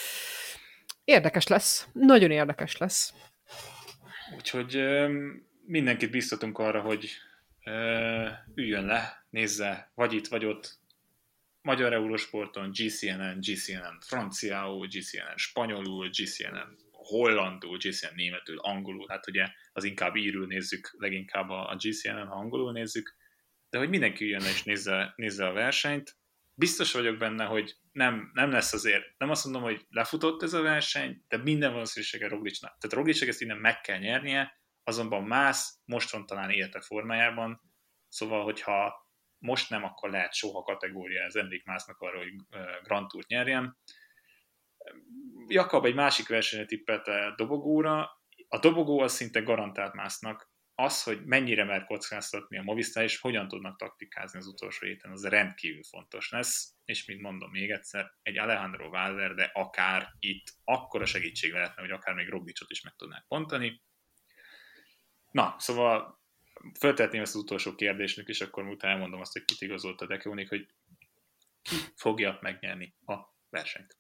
Érdekes lesz. Nagyon érdekes lesz. Úgyhogy mindenkit biztatunk arra, hogy üljön le, nézze, vagy itt, vagy ott, Magyar Eurosporton, GCN franciául, GCN spanyolul, GCN hollandul, GCN németül, angolul, hát ugye az inkább írül nézzük, leginkább a GCN-en, ha angolul nézzük, de hogy mindenki jön és nézze a versenyt. Biztos vagyok benne, hogy nem lesz azért, nem azt mondom, hogy lefutott ez a verseny, de minden valószínűséggel Roglicnak. Tehát Roglicnek ezt innen meg kell nyernie, azonban Mász most van talán élete formájában, szóval, hogyha most nem, akkor lehet soha kategória ez Enric Masnak arra, hogy Grand Tourt nyerjen. Jakab egy másik versenyre tippelte dobogóra. A dobogó az szinte garantált Masnak. Az, hogy mennyire mer kockáztatni a Movistar, és hogyan tudnak taktikázni az utolsó héten, az rendkívül fontos lesz. És mint mondom még egyszer, egy Alejandro Valverde akár itt akkora segítség lehetne, hogy akár még Roglicot is meg tudnák pontani. Na, szóval feltehetném ezt az utolsó kérdésnek, és akkor utána elmondom azt, hogy kit igazolt a Deceuninck, hogy ki fogja megnyerni a versenyt.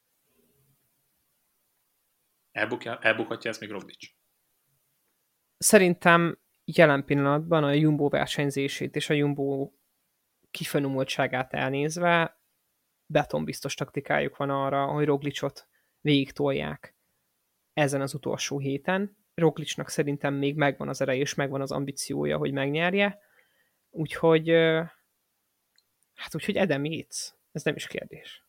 Elbukhatja ezt még Roglic? Szerintem jelen pillanatban a Jumbo versenyzését és a Jumbo kifinomultságát elnézve betonbiztos taktikájuk van arra, hogy Roglicot végig tolják ezen az utolsó héten, Roglicnak szerintem még megvan az ereje, és megvan az ambíciója, hogy megnyerje. Úgyhogy Adam Yates. Ez nem is kérdés.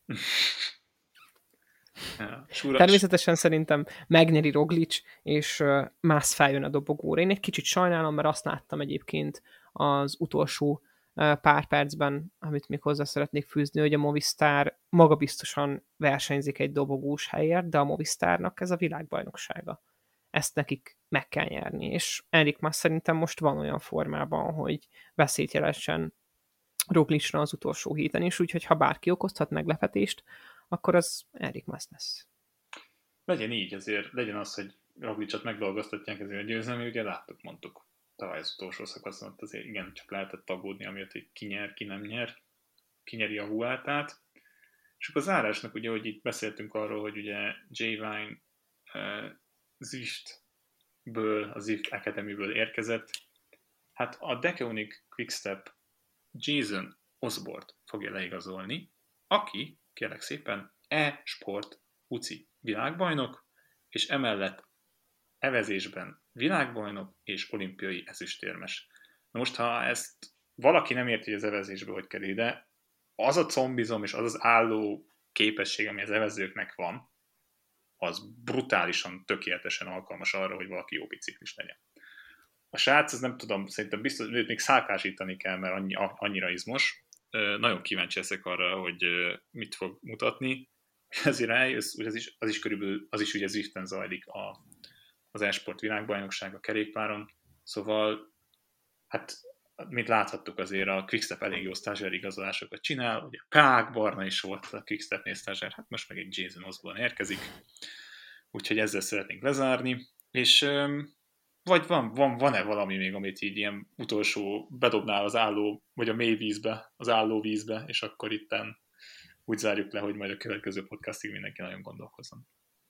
Ja, Természetesen szerintem megnyeri Roglic, és Mász feljön a dobogóra. Én egy kicsit sajnálom, mert azt láttam egyébként az utolsó pár percben, amit még hozzá szeretnék fűzni, hogy a Movistar magabiztosan versenyzik egy dobogós helyért, de a Movistarnak ez a világbajnoksága. Ezt nekik meg kell nyerni, és Enric Mas szerintem most van olyan formában, hogy veszélyt jelentsen Roglicra az utolsó héten is, úgyhogy ha bárki okozhat meglepetést, akkor az Enric Mas lesz. Legyen így, azért legyen az, hogy Roglicot megdolgoztatják ezért a győzelmi, ugye láttuk, mondtuk tavaly az utolsó szakaszon, azért igen, csak lehetett aggódni, amiatt, hogy ki nyer, ki nem nyer, ki nyeri a Vueltát. És akkor a zárásnak ugye, hogy itt beszéltünk arról, hogy ugye Jay Vine Zwiftből, az Zwift Academyből érkezett, hát a Deceuninck Quickstep Jason Osborne fogja leigazolni, aki, kérlek szépen, e-sport UCI világbajnok, és emellett evezésben világbajnok és olimpiai ezüstérmes. Na most, ha ezt valaki nem érti, hogy az evezésből hogy kerül ide, az a combizom és az az álló képesség, ami az evezőknek van, az brutálisan, tökéletesen alkalmas arra, hogy valaki jó biciklis legyen. A srác, ez nem tudom, szerintem biztos, őt még szálkásítani kell, mert annyira izmos. Nagyon kíváncsi leszek arra, hogy mit fog mutatni. Ezért rájössz, az is körülbelül, az is ugye Zwiften zajlik az e-sport világbajnokság a kerékpáron. Szóval, hát, mint láthattuk azért, a Quickstep elég jó stagiaire igazolásokat csinál, ugye Kák Barna is volt a Quickstepnél stagiaire, hát most meg egy Jason Osborne érkezik. Úgyhogy ezzel szeretnénk lezárni. És vagy van-e valami még, amit így ilyen utolsó bedobnál az álló, vagy a mély vízbe, az álló vízbe, és akkor itten úgy zárjuk le, hogy majd a következő podcastig mindenki nagyon gondolkozzon.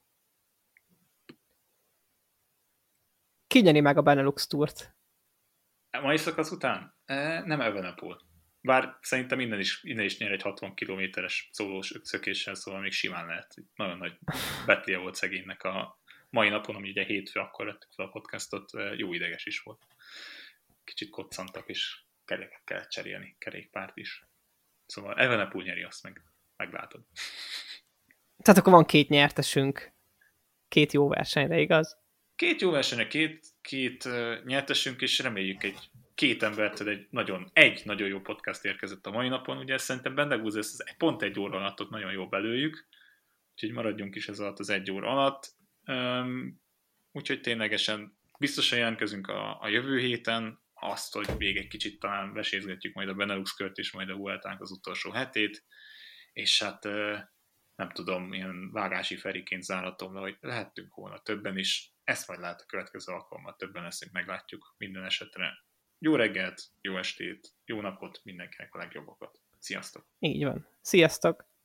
Ki nyeri meg a Benelux Tourt? A mai szakasz után? Nem Evenepoel. Bár szerintem innen is nyer egy 60 kilométeres szólós szökéssel, szóval még simán lehet. Nagyon nagy betlie volt szegénynek a mai napon, ami ugye hétfő, akkor vettük fel a podcastot, jó ideges is volt. Kicsit koccantak, és keréket kellett cserélni, kerékpárt is. Szóval Evenepoel nyeri, azt meglátod. Tehát akkor van 2 nyertesünk 2 jó versenyre, igaz? 2 jó versenyre, két nyertesünk, és reméljük két embert, egy nagyon jó podcast érkezett a mai napon. Ugye szerintem Bendegúz, ez pont 1 óra alatt nagyon jól belőjük, úgyhogy maradjunk is ez alatt az 1 óra alatt. Úgyhogy ténylegesen biztosan jelentkezünk a jövő héten, azt, hogy még egy kicsit talán vesézgetjük majd a Benelux kört és majd a Vueltánk az utolsó hetét, és hát nem tudom, ilyen vágási feriként zárhatom le, hogy lehettünk volna többen is, ezt majd lehet a következő alkalommal, többen leszünk, meglátjuk minden esetre. Jó reggelt, jó estét, jó napot, mindenkinek a legjobbakat. Sziasztok! Így van. Sziasztok!